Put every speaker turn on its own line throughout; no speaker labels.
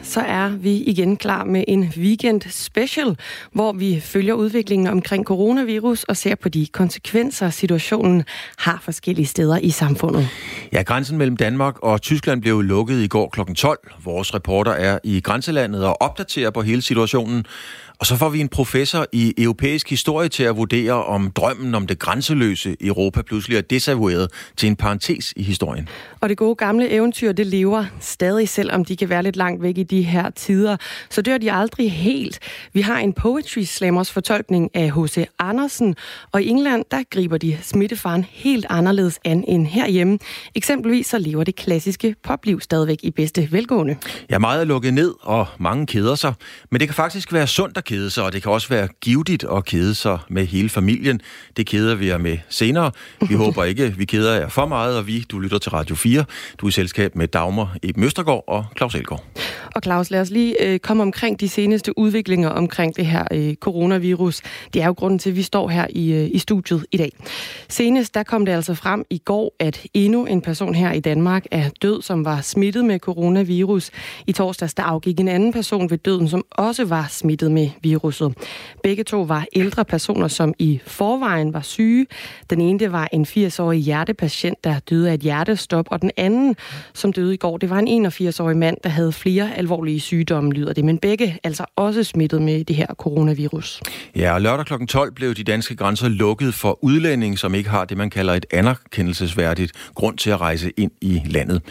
så er vi igen klar med en weekend special, hvor vi følger udviklingen omkring coronavirus og ser på de konsekvenser, situationen har forskellige steder i samfundet.
Ja, grænsen mellem Danmark og Tyskland blev lukket i går kl. 12. Vores reporter er i grænselandet og opdaterer på hele situationen. Og så får vi en professor i europæisk historie til at vurdere, om drømmen om det grænseløse Europa pludselig er desavoueret til en parentes i historien. Og det gode gamle eventyr, det lever stadig, selvom de kan være lidt langt væk i de her tider. Så dør de aldrig helt. Vi har en poetry slammers fortolkning af H.C. Andersen, og i England, der griber de smittefaren helt anderledes an end herhjemme. Eksempelvis så lever det klassiske popliv stadigvæk i bedste velgående. Ja, meget er lukket ned, og mange keder sig. Men det kan faktisk være sundt at kede sig, og det kan også være givtigt at kede sig med hele familien. Det keder vi jer med senere. Vi håber ikke, vi keder jer for meget, og du lytter til Radio 4. Du er i selskab med Dagmar Eben Østergaard og Claus Elgaard. Og Claus, lad os lige komme omkring de seneste udviklinger omkring det her coronavirus. Det er jo grunden til, at vi står her i studiet i dag. Senest, der kom det altså frem i går, at endnu en person her i Danmark er død, som var smittet med coronavirus. I torsdags, der afgik en anden person ved døden, som også var smittet med viruset. Begge to var ældre personer, som i forvejen var syge. Den ene, det var en 80-årig hjertepatient, der døde af et hjertestop, og den anden, som døde i går, det var en 81-årig mand, der havde flere alvorlige sygdomme, lyder det. Men begge altså også smittet med det her coronavirus. Ja, og lørdag kl. 12 blev de danske grænser lukket for udlændinge, som ikke har det, man kalder et anerkendelsesværdigt grund til at rejse ind i landet.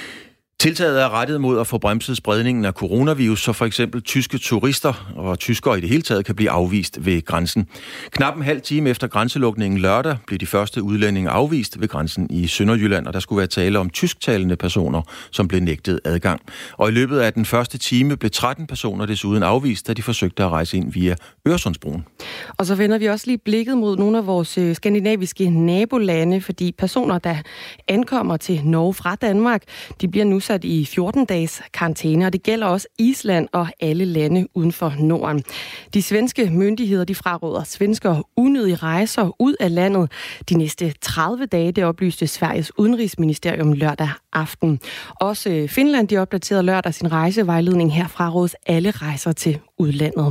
Tiltaget er rettet mod at få bremset spredningen af coronavirus, så for eksempel tyske turister og tyskere i det hele taget kan blive afvist ved grænsen. Knap en halv time efter grænselukningen lørdag blev de første udlændinge afvist ved grænsen i Sønderjylland, og der skulle være tale om tysktalende personer, som blev nægtet adgang. Og i løbet af den første time blev 13 personer desuden afvist, da de forsøgte at rejse ind via Øresundsbroen. Og så vender vi også lige blikket mod nogle af vores skandinaviske nabolande, fordi personer, der ankommer til Norge fra Danmark, de bliver nu sat i 14-dages karantæne, og det gælder også Island og alle lande uden for Norden. De svenske myndigheder, de fraråder svenskere unødige rejser ud af landet de næste 30 dage, det oplyste Sveriges udenrigsministerium lørdag aften. Også Finland, de opdaterede lørdag sin rejsevejledning. Her frarådes alle rejser til udlandet.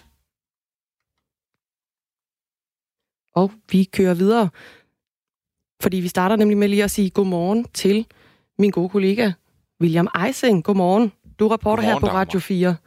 Og vi kører videre, fordi vi starter nemlig med lige at sige godmorgen til min gode kollega William Eising. Godmorgen. Du er reporter her på Radio 4.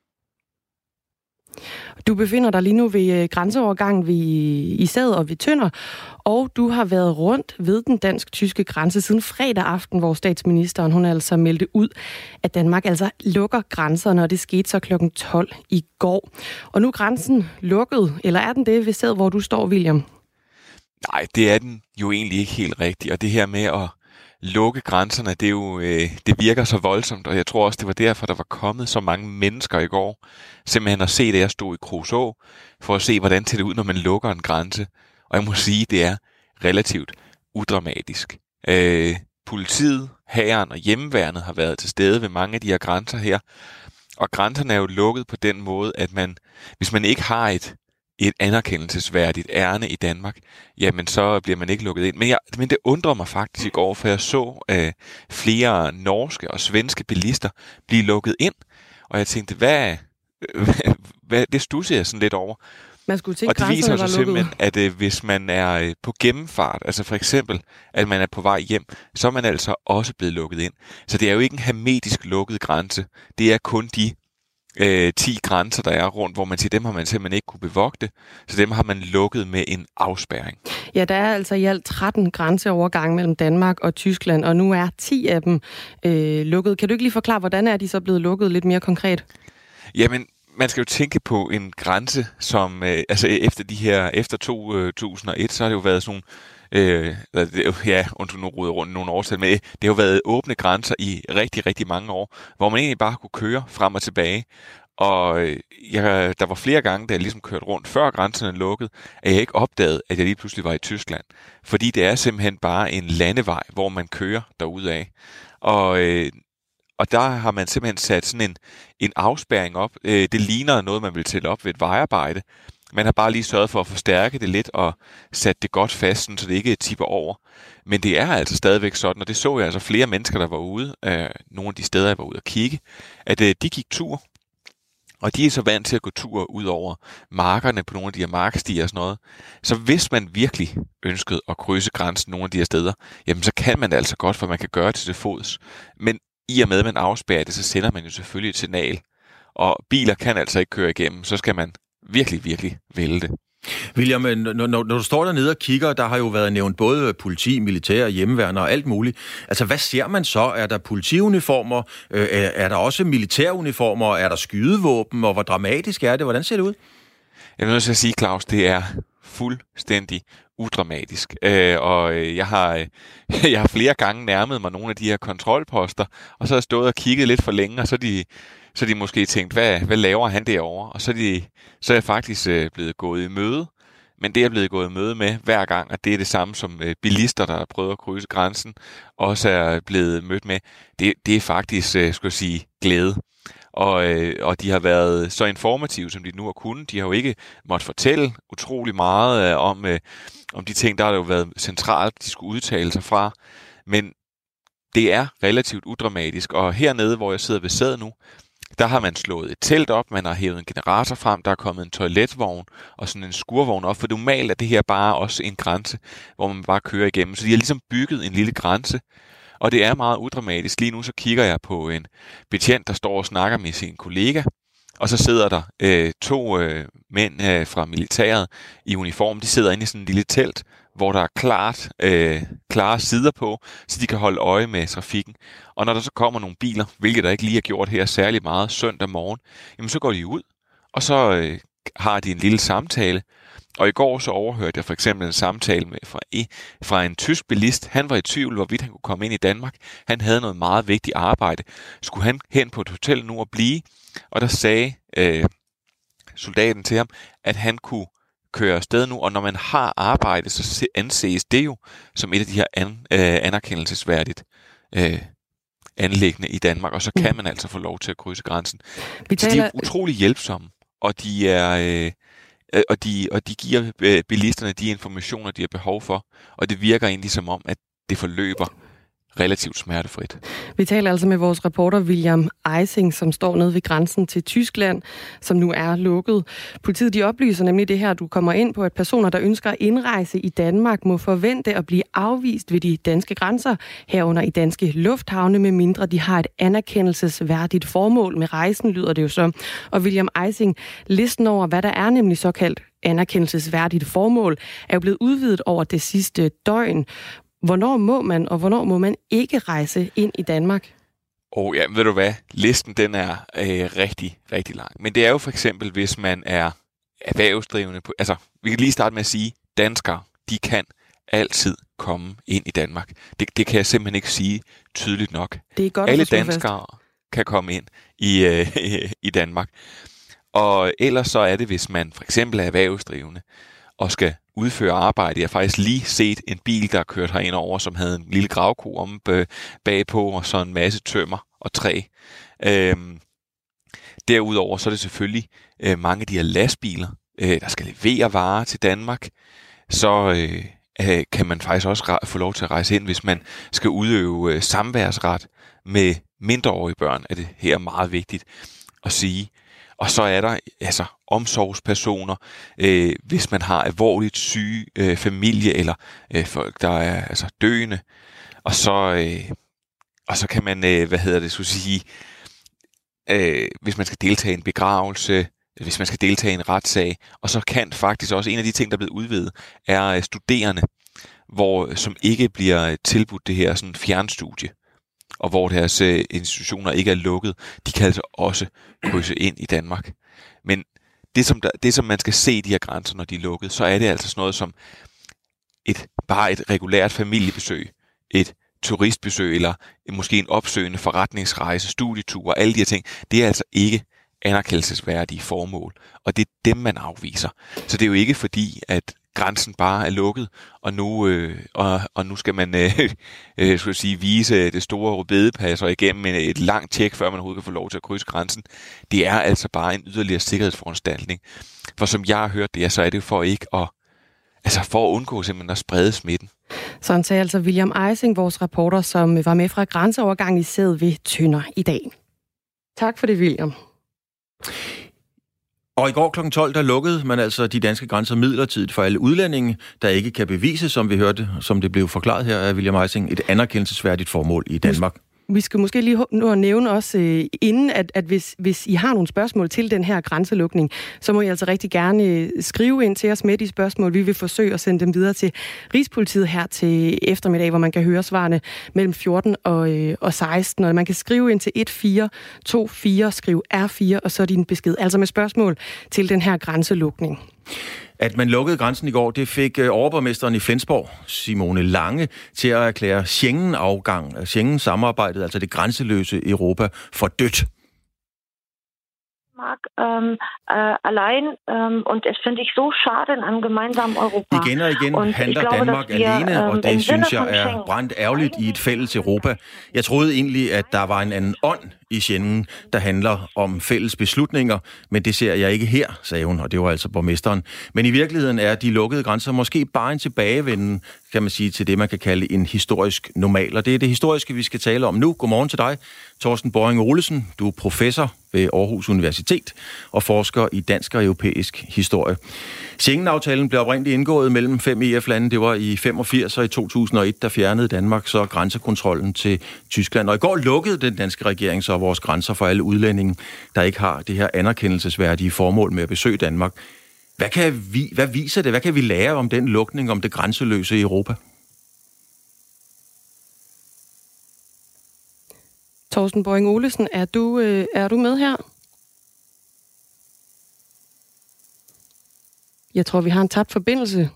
Du befinder dig lige nu ved grænseovergangen i Sad og ved Tønder, og du har været rundt ved den dansk-tyske grænse siden fredag aften, hvor statsministeren hun altså meldte ud, at Danmark altså lukker grænserne, og det skete så kl. 12 i går. Og nu er grænsen lukket, eller er den det ved Sad, hvor du står, William?
Nej, det er den jo egentlig ikke helt rigtigt, og det her med at lukke grænserne, det er jo, det virker så voldsomt, og jeg tror også, det var derfor, der var kommet så mange mennesker i går, simpelthen at se det, jeg stod i Kruså, for at se, hvordan det ser ud, når man lukker en grænse. Og jeg må sige, det er relativt udramatisk. Politiet, hæren og hjemmeværnet har været til stede ved mange af de her grænser her, og grænserne er jo lukket på den måde, at hvis man ikke har et anerkendelsesværdigt ærne i Danmark, jamen så bliver man ikke lukket ind. Men det undrer mig faktisk i går, for jeg så flere norske og svenske bilister blive lukket ind, og jeg tænkte, hvad det studser jeg sådan lidt over.
Man skulle tænke,
og det viser sig simpelthen, at hvis man er på gennemfart, altså for eksempel, at man er på vej hjem, så er man altså også blevet lukket ind. Så det er jo ikke en hermetisk lukket grænse. Det er kun de 10 grænser, der er rundt, hvor man siger, dem har man simpelthen ikke kunne bevogte, så dem har man lukket med en afspærring.
Ja, der er altså i alt 13 grænseovergange mellem Danmark og Tyskland, og nu er 10 af dem lukket. Kan du ikke lige forklare, hvordan er de så blevet lukket lidt mere konkret?
Jamen, man skal jo tænke på en grænse, som efter 2001, så har det jo været sådan nu ruder rundt nogle årstal med. Det har jo været åbne grænser i rigtig, rigtig mange år, hvor man egentlig bare kunne køre frem og tilbage. Og der var flere gange, da jeg ligesom kørte rundt, før grænserne lukkede, at jeg ikke opdagede, at jeg lige pludselig var i Tyskland. Fordi det er simpelthen bare en landevej, hvor man kører derudad. Og der har man simpelthen sat sådan en afspærring op. Det ligner noget, man vil tælle op ved et vejarbejde. Man har bare lige sørget for at forstærke det lidt og sat det godt fast, så det ikke tipper over. Men det er altså stadigvæk sådan, og det så jeg altså flere mennesker, der var ude, nogle af de steder, jeg var ude at kigge, at de gik tur. Og de er så vant til at gå tur ud over markerne på nogle af de her markstier og sådan noget. Så hvis man virkelig ønskede at krydse grænsen nogle af de her steder, jamen så kan man det altså godt, for man kan gøre det til fods. Men i og med, at man afspærrer det, så sender man jo selvfølgelig et signal. Og biler kan altså ikke køre igennem, så skal man virkelig, virkelig vælge det.
William, når du står dernede og kigger, der har jo været nævnt både politi, militær, hjemmeværn og alt muligt. Altså, hvad ser man så? Er der politiuniformer? Er der også militæruniformer? Er der skydevåben? Og hvor dramatisk er det? Hvordan ser det ud?
Jeg vil nødt til at sige, Claus, det er fuldstændig udramatisk. Og jeg har flere gange nærmet mig nogle af de her kontrolposter, og så har jeg stået og kigget lidt for længe, og så de måske tænkt, hvad laver han derovre? Og så er jeg faktisk blevet gået i møde. Men det er blevet gået i møde med hver gang, og det er det samme som bilister, der har prøvet at krydse grænsen, også er blevet mødt med. Det er faktisk, skulle jeg sige, glæde. Og de har været så informative, som de nu har kunnet. De har jo ikke måttet fortælle utrolig meget om de ting, der har jo været centralt, de skulle udtale sig fra. Men det er relativt udramatisk, og hernede, hvor jeg sidder ved sædet nu, der har man slået et telt op, man har hævet en generator frem, der er kommet en toiletvogn og sådan en skurvogn op, for normalt er det her bare også en grænse, hvor man bare kører igennem. Så de har ligesom bygget en lille grænse, og det er meget udramatisk. Lige nu så kigger jeg på en betjent, der står og snakker med sin kollega, og så sidder der to mænd fra militæret i uniform. De sidder inde i sådan en lille telt, hvor der er klare sider på, så de kan holde øje med trafikken. Og når der så kommer nogle biler, hvilket der ikke lige er gjort her særlig meget søndag morgen, jamen så går de ud, og så har de en lille samtale. Og i går så overhørte jeg for eksempel en samtale fra en tysk bilist. Han var i tvivl, hvorvidt han kunne komme ind i Danmark. Han havde noget meget vigtigt arbejde. Skulle han hen på et hotel nu og blive? Og der sagde soldaten til ham, at han kunne køre afsted nu, og når man har arbejde, så anses det jo som et af de her anerkendelsesværdigt anliggende i Danmark, og så kan man altså få lov til at krydse grænsen. Så de er utrolig hjælpsomme, og de er de giver bilisterne de informationer, de har behov for, og det virker egentlig som om, at det forløber relativt smertefrit.
Vi taler altså med vores reporter William Eising, som står nede ved grænsen til Tyskland, som nu er lukket. Politiet de oplyser nemlig det her, du kommer ind på, at personer, der ønsker at indrejse i Danmark, må forvente at blive afvist ved de danske grænser, herunder i danske lufthavne, med mindre de har et anerkendelsesværdigt formål med rejsen, lyder det jo så. Og William Eising, listen over, hvad der er nemlig såkaldt anerkendelsesværdigt formål, er jo blevet udvidet over det sidste døgn. Hvornår må man, og hvornår må man ikke rejse ind i Danmark?
Ja, ved du hvad? Listen den er rigtig, rigtig lang. Men det er jo for eksempel, hvis man er erhvervsdrivende. Altså, vi kan lige starte med at sige, danskere, de kan altid komme ind i Danmark. Det kan jeg simpelthen ikke sige tydeligt nok.
Det er godt,
alle danskere kan komme ind i Danmark. Og ellers så er det, hvis man for eksempel er erhvervsdrivende og skal udføre arbejde. Jeg har faktisk lige set en bil, der er kørt herind over, som havde en lille gravko om bagpå, og så en masse tømmer og træ. Derudover så er det selvfølgelig mange af de her lastbiler, der skal levere varer til Danmark. Så kan man faktisk også få lov til at rejse ind, hvis man skal udøve samværsret med mindreårige børn. Er det her meget vigtigt at sige. Og så er der altså omsorgspersoner, hvis man har alvorligt syge familie eller folk, der er altså døende. Og så kan man, hvis man skal deltage i en begravelse, hvis man skal deltage i en retssag. Og så kan faktisk også en af de ting, der er blevet udvidet, er studerende, som ikke bliver tilbudt det her sådan fjernstudie, og hvor deres institutioner ikke er lukket, de kan altså også krydse ind i Danmark. Men det, som man skal se i de her grænser, når de er lukket, så er det altså sådan noget som bare et regulært familiebesøg, et turistbesøg, eller måske en opsøgende forretningsrejse, studietur, alle de her ting. Det er altså ikke anerkendelsesværdige formål, og det er dem, man afviser. Så det er jo ikke fordi, at grænsen bare er lukket, og nu skal man vise det store rødbedepas og igennem et langt tjek, før man overhovedet kan få lov til at krydse grænsen. Det er altså bare en yderligere sikkerhedsforanstaltning. For som jeg har hørt det, så er det for at undgå simpelthen at sprede smitten.
Sådan sagde altså William Eising, vores reporter, som var med fra grænseovergang i Sæd ved Tønder i dag. Tak for det, William.
Og i går kl. 12, der lukkede man altså de danske grænser midlertidigt for alle udlændinge, der ikke kan bevise, som vi hørte, som det blev forklaret her af William Eising, et anerkendelsesværdigt formål i Danmark.
Vi skal måske lige nå at nævne også, inden at hvis I har nogle spørgsmål til den her grænselukning, så må I altså rigtig gerne skrive ind til os med de spørgsmål. Vi vil forsøge at sende dem videre til Rigspolitiet her til eftermiddag, hvor man kan høre svarene mellem 14 og 16. Og man kan skrive ind til 1424, skriv R4, og så din besked. Altså med spørgsmål til den her grænselukning.
At man lukkede grænsen i går, det fik overborgmesteren i Flensborg, Simone Lange, til at erklære Schengen-samarbejdet, altså det grænseløse Europa, for dødt.
Allein und es finde ich so schade in einem gemeinsamen Europa.
Igen og igen handler Danmark alene, og det synes jeg er brændt ærgerligt i et fælles Europa. Jeg troede egentlig, at der var en anden ånd i Schengen, der handler om fælles beslutninger, men det ser jeg ikke her, sagde hun, og det var altså borgmesteren. Men i virkeligheden er de lukkede grænser måske bare en tilbagevenden, kan man sige, til det, man kan kalde en historisk normal. Og det er det historiske, vi skal tale om nu. Godmorgen til dig, Torsten Boring Olesen. Du er professor ved Aarhus Universitet og forsker i dansk og europæisk historie. Schengen-aftalen blev oprindeligt indgået mellem 5 EF-lande. Det var i 85 og i 2001, der fjernede Danmark så grænsekontrollen til Tyskland. Og i går lukkede den danske regering så vores grænser for alle udlændinge, der ikke har det her anerkendelsesværdige formål med at besøge Danmark. Hvad viser det? Hvad kan vi lære om den lukning, om det grænseløse Europa?
Torsten Boring Olesen, er du med her? Jeg tror, vi har en tabt forbindelse.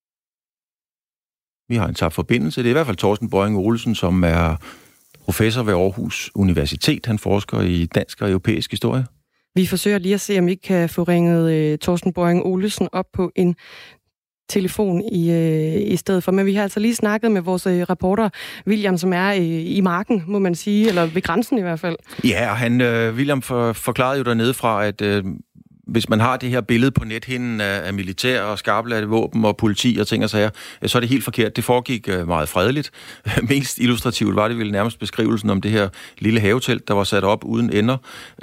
Vi har en tabt forbindelse. Det er i hvert fald Torsten Boring Olesen, som er professor ved Aarhus Universitet. Han forsker i dansk og europæisk historie.
Vi forsøger lige at se, om vi kan få ringet Torsten Boring Olesen op på en telefon i stedet for. Men vi har altså lige snakket med vores reporter, William, som er i marken, må man sige, eller ved grænsen i hvert fald. Ja,
William forklarede jo dernede fra, at hvis man har det her billede på nethinden af militær og skarpladte våben og politi og ting og sager, så er det helt forkert. Det foregik meget fredeligt. Mest illustrativt var det vel nærmest beskrivelsen om det her lille havetelt, der var sat op uden ender,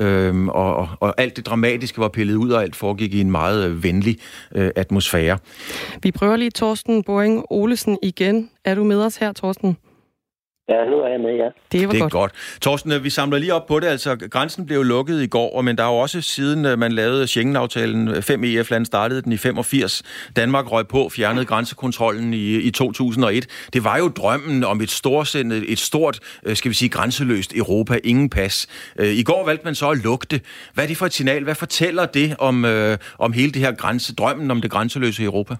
og alt det dramatiske var pillet ud, og alt foregik i en meget venlig atmosfære.
Vi prøver lige Torsten Boring Olesen igen. Er du med os her, Torsten?
Ja, nu er jeg med, ja.
Det er godt. Torsten, vi samler lige op på det. Altså, grænsen blev lukket i går, men der er jo også siden man lavede Schengen-aftalen, 5 EF-lande startede den i 85. Danmark røg på, fjernede grænsekontrollen i 2001. Det var jo drømmen om et stort, skal vi sige, grænseløst Europa, ingen pas. I går valgte man så at lukke det. Hvad er det for et signal? Hvad fortæller det om hele det her drømmen om det grænseløse Europa?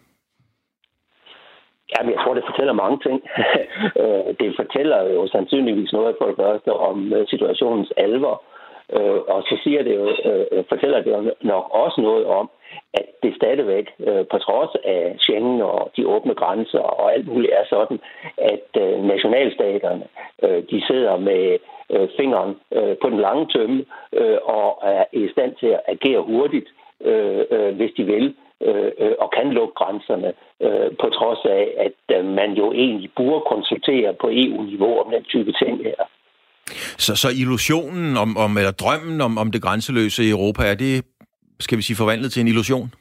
Jamen, jeg tror, det fortæller mange ting. Det fortæller jo sandsynligvis noget for det første om situationens alvor. Og så fortæller det jo nok også noget om, at det stadigvæk, på trods af Schengen og de åbne grænser og alt muligt, er sådan, at nationalstaterne, de sidder med fingeren på den lange tømme og er i stand til at agere hurtigt, hvis de vil, og kan lukke grænserne, på trods af, at man jo egentlig burde konsultere på EU-niveau om den type ting her.
Så illusionen eller drømmen om det grænseløse Europa, er det, skal vi sige, forvandlet til en illusion?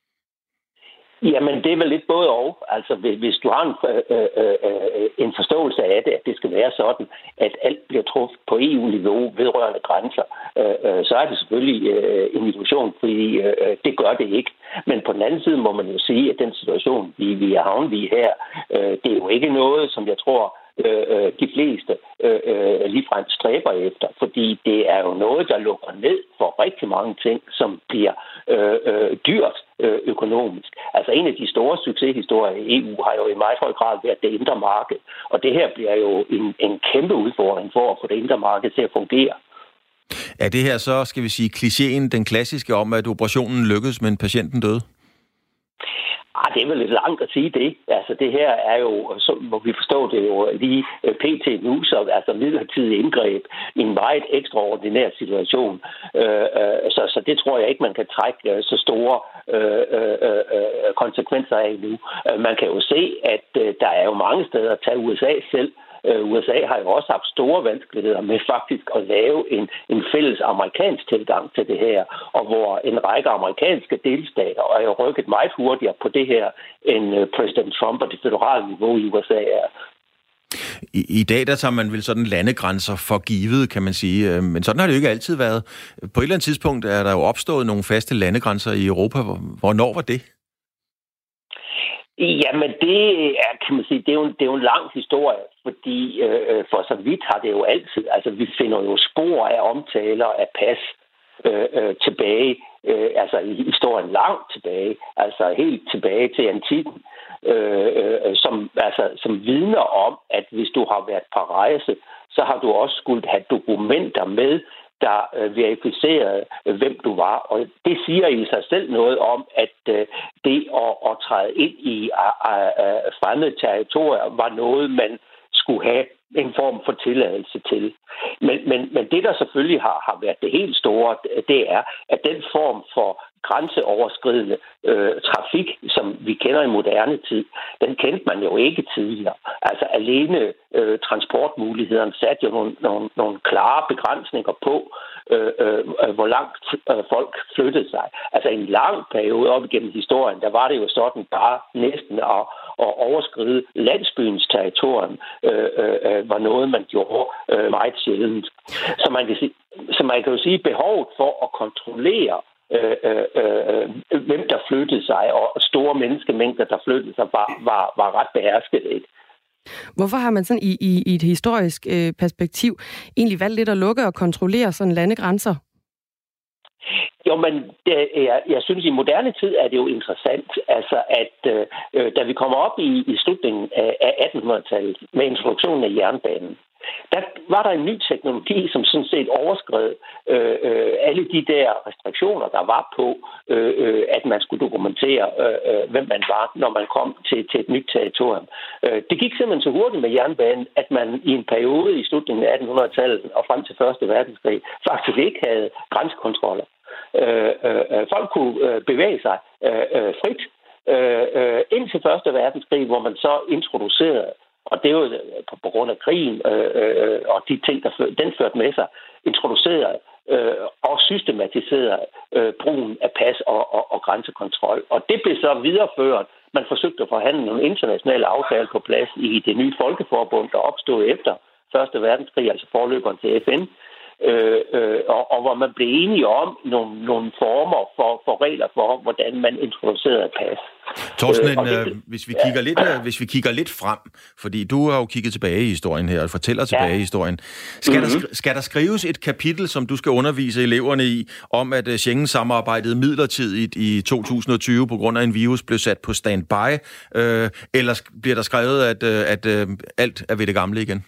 Jamen, det er vel lidt både og. Altså, hvis du har en forståelse af det, at det skal være sådan, at alt bliver truffet på EU-niveau vedrørende grænser, så er det selvfølgelig en illusion, fordi det gør det ikke. Men på den anden side må man jo sige, at den situation, vi er havnet i her, det er jo ikke noget, som jeg tror, de fleste ligefrem stræber efter, fordi det er jo noget, der lukker ned for rigtig mange ting, som bliver dyrt økonomisk. Altså en af de store succeshistorier i EU har jo i meget høj grad været det indre marked, og det her bliver jo en kæmpe udfordring for at få det indre marked til at fungere.
Er det her så, skal vi sige, klichéen, den klassiske om, at operationen lykkedes, men patienten døde?
det er vel lidt langt at sige det. Altså, det her er jo, som må vi forstå det jo lige pt. Nu, så altså midlertidig indgreb i en meget ekstraordinær situation. Så det tror jeg ikke, man kan trække så store konsekvenser af nu. Man kan jo se, at der er jo mange steder at tage USA selv. USA har jo også haft store vanskeligheder med faktisk at lave en fælles amerikansk tilgang til det her, og hvor en række amerikanske delstater er jo rykket meget hurtigere på det her, end præsident Trump og det føderale niveau i USA er.
I dag der tager man vel sådan landegrænser for givet, kan man sige. Men sådan har det jo ikke altid været. På et eller andet tidspunkt er der jo opstået nogle faste landegrænser i Europa. Hvornår var det?
Jamen det er, kan man sige, det er jo en lang historie, fordi for så vidt har det jo altid, altså vi finder jo spor af omtaler af pas tilbage, altså i historien langt tilbage, altså helt tilbage til antikken, som vidner om, at hvis du har været på rejse, så har du også skulle have dokumenter med, der verificerede, hvem du var. Og det siger i sig selv noget om, at det at træde ind i fremmede territorier var noget, man skulle have en form for tilladelse til. Men det, der selvfølgelig har været det helt store, det er, at den form for grænseoverskridende trafik, som vi kender i moderne tid, den kendte man jo ikke tidligere. Altså alene transportmulighederne satte jo nogle klare begrænsninger på, hvor langt folk flyttede sig. Altså en lang periode op igennem historien, der var det jo sådan bare næsten at overskride landsbyens territorium var noget, man gjorde meget sjældent. Så man kan jo sige, behovet for at kontrollere hvem der flyttede sig, og store menneskemængder, der flyttede sig, var ret behersket, ikke?
Hvorfor har man sådan i et historisk perspektiv egentlig valgt lidt at lukke og kontrollere sådan landegrænser?
Jo, men jeg synes, i moderne tid er det jo interessant, altså at da vi kommer op i slutningen af 1800-tallet med introduktionen af jernbanen, der var der en ny teknologi, som sådan set overskred alle de der restriktioner, der var på, at man skulle dokumentere, hvem man var, når man kom til et nyt territorium. Det gik simpelthen så hurtigt med jernbanen, at man i en periode i slutningen af 1800-tallet og frem til Første Verdenskrig faktisk ikke havde grænsekontroller. Folk kunne bevæge sig frit indtil Første Verdenskrig, hvor man så introducerede, og det er jo på grund af krigen og de ting, den førte med sig, introducerede og systematiserede brugen af pas og grænsekontrol. Og det blev så videreført. Man forsøgte at forhandle nogle internationale aftaler på plads i det nye folkeforbund, der opstod efter Første Verdenskrig, altså forløberen til FN. Og hvor man blev enige om nogle former for regler for, hvordan man introducerede pas.
Torsten, hvis vi kigger lidt frem, fordi du har jo kigget tilbage i historien her og fortæller tilbage i historien. Skal der skrives et kapitel, som du skal undervise eleverne i, om at Schengen-samarbejdet midlertidigt i 2020 på grund af en virus blev sat på standby, eller bliver der skrevet, at alt er ved det gamle igen?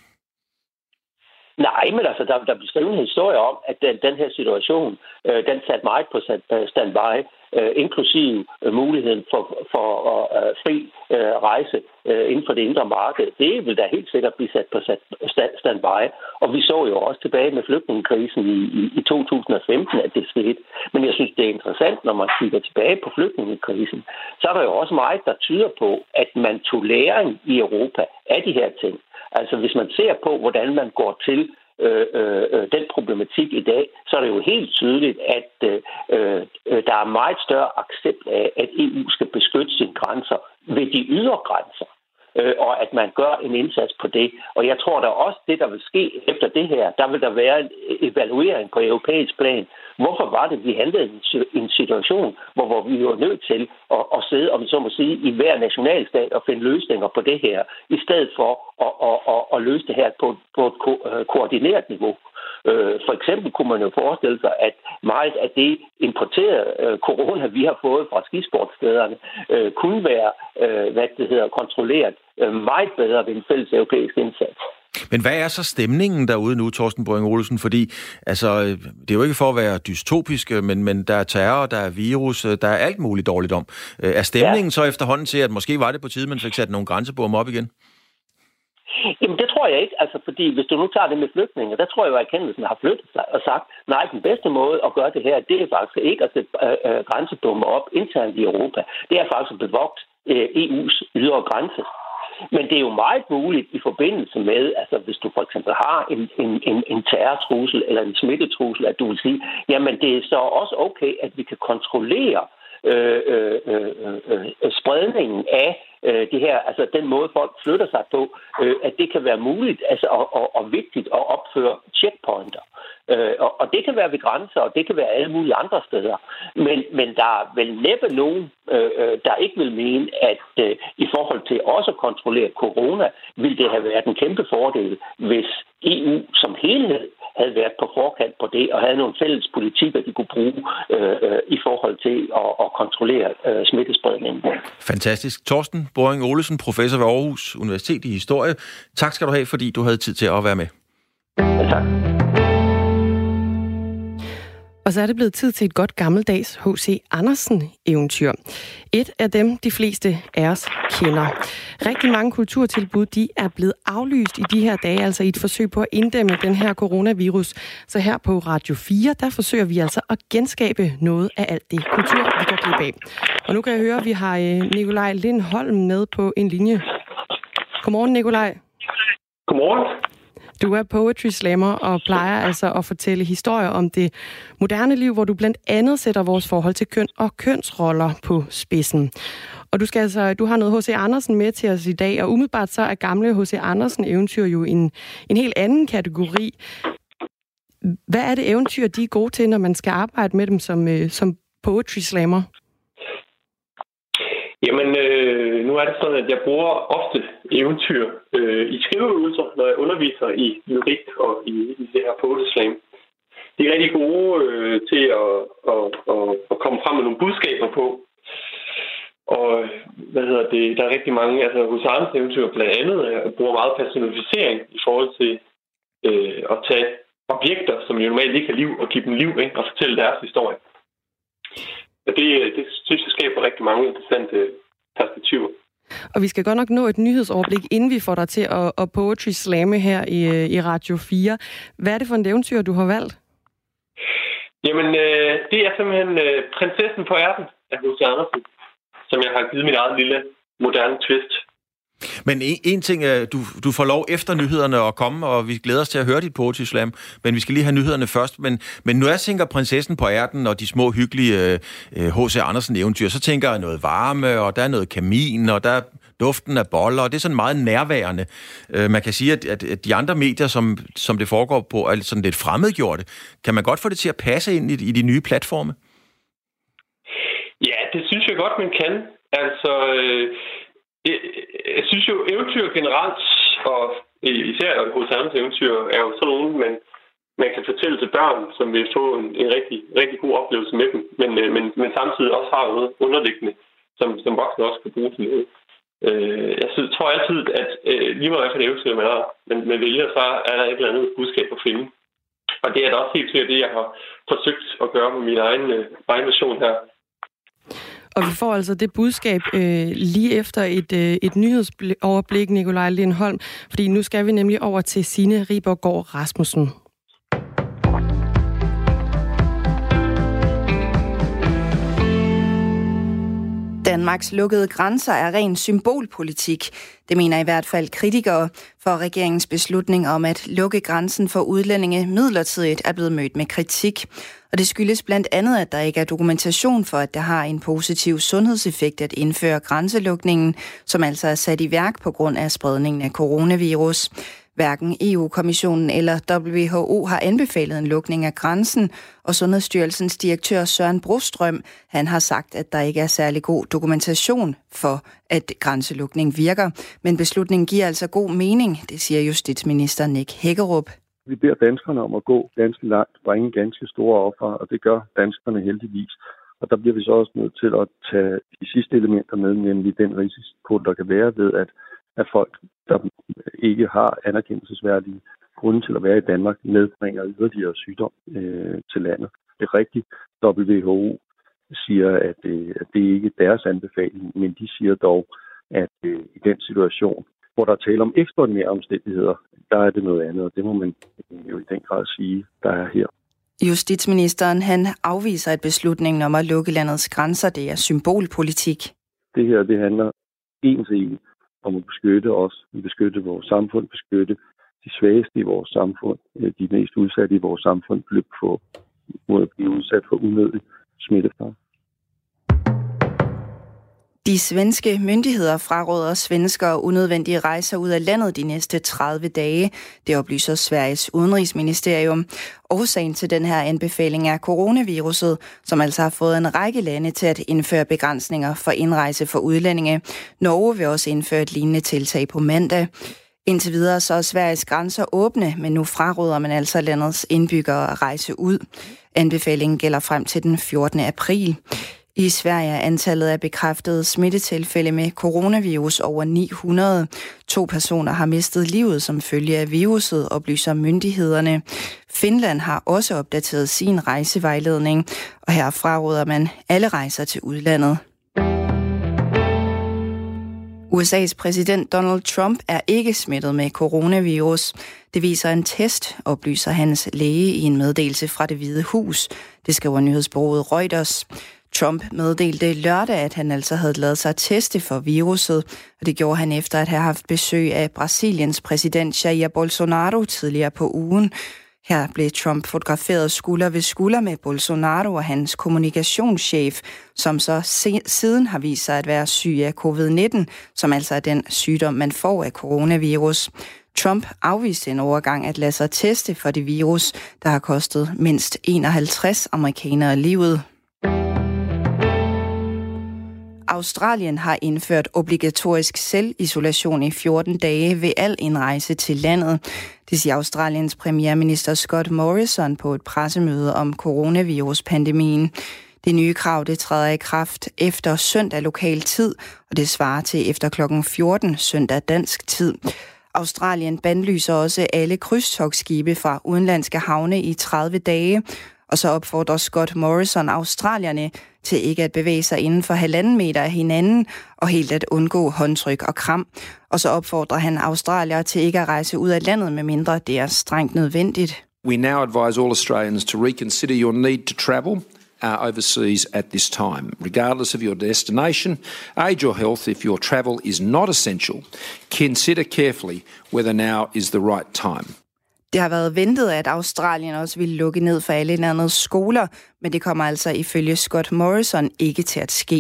Nej, men altså, der blev skrevet en historie om, at den her situation, den satte meget på standby, inklusive muligheden for fri rejse inden for det indre marked. Det vil da helt sikkert blive sat på standby. Og vi så jo også tilbage med flygtningekrisen i 2015, at det skete. Men jeg synes, det er interessant, når man kigger tilbage på flygtningekrisen, så er der jo også meget, der tyder på, at man tog læring i Europa af de her ting. Altså hvis man ser på, hvordan man går til den problematik i dag, så er det jo helt tydeligt, at der er meget større accept af, at EU skal beskytte sine grænser ved de ydre grænser, og at man gør en indsats på det. Og jeg tror, der også det, der vil ske efter det her, der vil der være en evaluering på europæisk plan. Hvorfor var det, vi handlede i en situation, hvor vi var nødt til at sidde, om så må sige, i hver nationalstat og finde løsninger på det her, i stedet for at løse det her på et koordineret niveau. For eksempel kunne man jo forestille sig, at meget af det importerede corona, vi har fået fra skisportstederne, kunne være kontrolleret meget bedre ved en fælles europæisk indsats.
Men hvad er så stemningen derude nu, Torsten Bøjing Olesen? Fordi altså, det er jo ikke for at være dystopisk, men der er terror, der er virus, der er alt muligt dårligt om. Er stemningen så efterhånden til, at måske var det på tide, man fik sat nogle grænsebomme op igen?
Jamen, det tror jeg ikke. Altså, fordi hvis du nu tager det med flygtninge, der tror jeg jo, at erkendelsen har flyttet sig og sagt, nej, den bedste måde at gøre det her, det er faktisk ikke at sætte grænsebomme op internt i Europa. Det er faktisk at bevogte EU's ydre grænse. Men det er jo meget muligt i forbindelse med, altså hvis du for eksempel har en terrortrussel eller en smittetrussel, at du vil sige, jamen det er så også okay, at vi kan kontrollere spredningen af det her, altså den måde folk flytter sig på, at det kan være muligt altså, og vigtigt at opføre checkpointer. Og det kan være ved grænser, og det kan være alle mulige andre steder. Men der er vel næppe nogen, der ikke vil mene, at i forhold til også at kontrollere corona, ville det have været en kæmpe fordel, hvis EU som helhed havde været på forkant på det, og havde nogle fælles politikker, de kunne bruge i forhold til at kontrollere smittespredningen.
Fantastisk. Torsten Bøjing Olesen, professor ved Aarhus Universitet i Historie. Tak skal du have, fordi du havde tid til at være med.
Ja, tak.
Og så er det blevet tid til et godt gammeldags H.C. Andersen-eventyr. Et af dem, de fleste af os kender. Rigtig mange kulturtilbud, de er blevet aflyst i de her dage, altså i et forsøg på at inddæmme den her coronavirus. Så her på Radio 4, der forsøger vi altså at genskabe noget af alt det kultur, vi går glip af. Og nu kan jeg høre, at vi har Nikolaj Lindholm med på en linje. Godmorgen, Nikolaj.
Godmorgen.
Du er poetry slammer og plejer altså at fortælle historier om det moderne liv, hvor du blandt andet sætter vores forhold til køn og kønsroller på spidsen. Og du har noget H.C. Andersen med til os i dag, og umiddelbart så er gamle H.C. Andersen-eventyr jo en helt anden kategori. Hvad er det eventyr, de er gode til, når man skal arbejde med dem som poetry slammer?
Jamen, nu er det sådan, at jeg bruger ofte eventyr i skriveøvelser, når jeg underviser i lyrik og i det her poetry slam. De er rigtig gode til at komme frem med nogle budskaber på. Og der er rigtig mange, altså hos Andersen eventyr blandt andet, bruger meget personificering i forhold til at tage objekter, som jo normalt ikke har liv, og give dem liv, ikke? Og fortælle deres historie. Det synes jeg skaber rigtig mange interessante perspektiver.
Og vi skal godt nok nå et nyhedsoverblik, inden vi får dig til at poetry slamme her i Radio 4. Hvad er det for et eventyr, du har valgt?
Jamen, det er simpelthen Prinsessen på ærten af H.C. Andersen, som jeg har givet mit eget lille moderne twist.
Men en ting er, du får lov efter nyhederne at komme, og vi glæder os til at høre dit poetry slam, men vi skal lige have nyhederne først. Men nu jeg tænker Prinsessen på ærten og de små hyggelige H.C. Andersen-eventyr, så tænker jeg noget varme, og der er noget kamin, og der er duften af boller, og det er sådan meget nærværende. Man kan sige, at de andre medier, som det foregår på, er sådan lidt fremmedgjorte. Kan man godt få det til at passe ind i de nye platforme?
Ja, det synes jeg godt, man kan. Altså... Jeg synes jo, eventyr generelt, og især hos Andersens eventyr, er jo sådan nogle, man kan fortælle til børn, som vil få en rigtig, rigtig god oplevelse med dem, men samtidig også har noget underliggende, som voksne også kan bruge til noget. Jeg tror altid, at lige meget hvad for et eventyr man har, men vælger, så er der et eller andet budskab at finde. Og det er da også helt sikkert det, jeg har forsøgt at gøre med min egen version her.
Og vi får altså det budskab lige efter et nyhedsoverblik, Nikolaj Lindholm, fordi nu skal vi nemlig over til Signe Ribergaard Rasmussen.
Danmarks lukkede grænser er ren symbolpolitik. Det mener i hvert fald kritikere, for regeringens beslutning om at lukke grænsen for udlændinge midlertidigt er blevet mødt med kritik. Og det skyldes blandt andet, at der ikke er dokumentation for, at det har en positiv sundhedseffekt at indføre grænselukningen, som altså er sat i værk på grund af spredningen af coronavirus. Hverken EU-kommissionen eller WHO har anbefalet en lukning af grænsen, og Sundhedsstyrelsens direktør Søren Brostrøm, han har sagt, at der ikke er særlig god dokumentation for, at grænselukning virker. Men beslutningen giver altså god mening, det siger justitsminister Nick Hækkerup.
Vi beder danskerne om at gå ganske langt, bringe ganske store offer, og det gør danskerne heldigvis. Og der bliver vi så også nødt til at tage de sidste elementer med, nemlig den risiko, der kan være ved, at at folk, der ikke har anerkendelsesværdige grunde til at være i Danmark, medbringer yderligere sygdom til landet. Det er rigtigt. WHO siger, at det ikke er deres anbefaling, men de siger dog, at i den situation, hvor der er tale om ekstraordinære omstændigheder, der er det noget andet, og det må man jo i den grad sige, der er her.
Justitsministeren, han afviser, at beslutningen om at lukke landets grænser, det er symbolpolitik.
Det her, det handler en til en om at beskytte os, beskytte vores samfund, beskytte de svageste i vores samfund, de mest udsatte i vores samfund, mod at blive udsat for unødig smittefare.
De svenske myndigheder fraråder svenskere unødvendige rejser ud af landet de næste 30 dage. Det oplyser Sveriges udenrigsministerium. Årsagen til den her anbefaling er coronaviruset, som altså har fået en række lande til at indføre begrænsninger for indrejse for udlændinge. Norge vil også indføre et lignende tiltag på mandag. Indtil videre så er Sveriges grænser åbne, men nu fraråder man altså landets indbyggere at rejse ud. Anbefalingen gælder frem til den 14. april. I Sverige er antallet af bekræftede smittetilfælde med coronavirus over 900. 2 personer har mistet livet som følge af viruset, oplyser myndighederne. Finland har også opdateret sin rejsevejledning, og her fraråder man alle rejser til udlandet. USA's præsident Donald Trump er ikke smittet med coronavirus. Det viser en test, oplyser hans læge i en meddelelse fra Det Hvide Hus. Det skriver nyhedsbureauet Reuters. Trump meddelte lørdag, at han altså havde ladet sig teste for viruset, og det gjorde han efter at have haft besøg af Brasiliens præsident Jair Bolsonaro tidligere på ugen. Her blev Trump fotograferet skulder ved skulder med Bolsonaro og hans kommunikationschef, som så siden har vist sig at være syg af covid-19, som altså er den sygdom, man får af coronavirus. Trump afviste en overgang at lade sig teste for det virus, der har kostet mindst 51 amerikanere livet. Australien har indført obligatorisk selvisolation i 14 dage ved al indrejse til landet. Det siger Australiens premierminister Scott Morrison på et pressemøde om coronaviruspandemien. Det nye krav det træder i kraft efter søndag lokal tid, og det svarer til efter kl. 14 søndag dansk tid. Australien bandlyser også alle krydstogtskibe fra udenlandske havne i 30 dage, og så opfordrer Scott Morrison australierne til ikke at bevæge sig inden for 1,5 meter af hinanden og helt at undgå håndtryk og kram. Og så opfordrer han australiere til ikke at rejse ud af landet, medmindre det er strengt nødvendigt.
We now advise all Australians to reconsider your need to travel overseas at this time, regardless of your destination, age or health. If your travel is not essential, consider carefully whether now is the right time.
Det har været ventet, at Australien også ville lukke ned for alle landets skoler, men det kommer altså ifølge Scott Morrison ikke til at ske.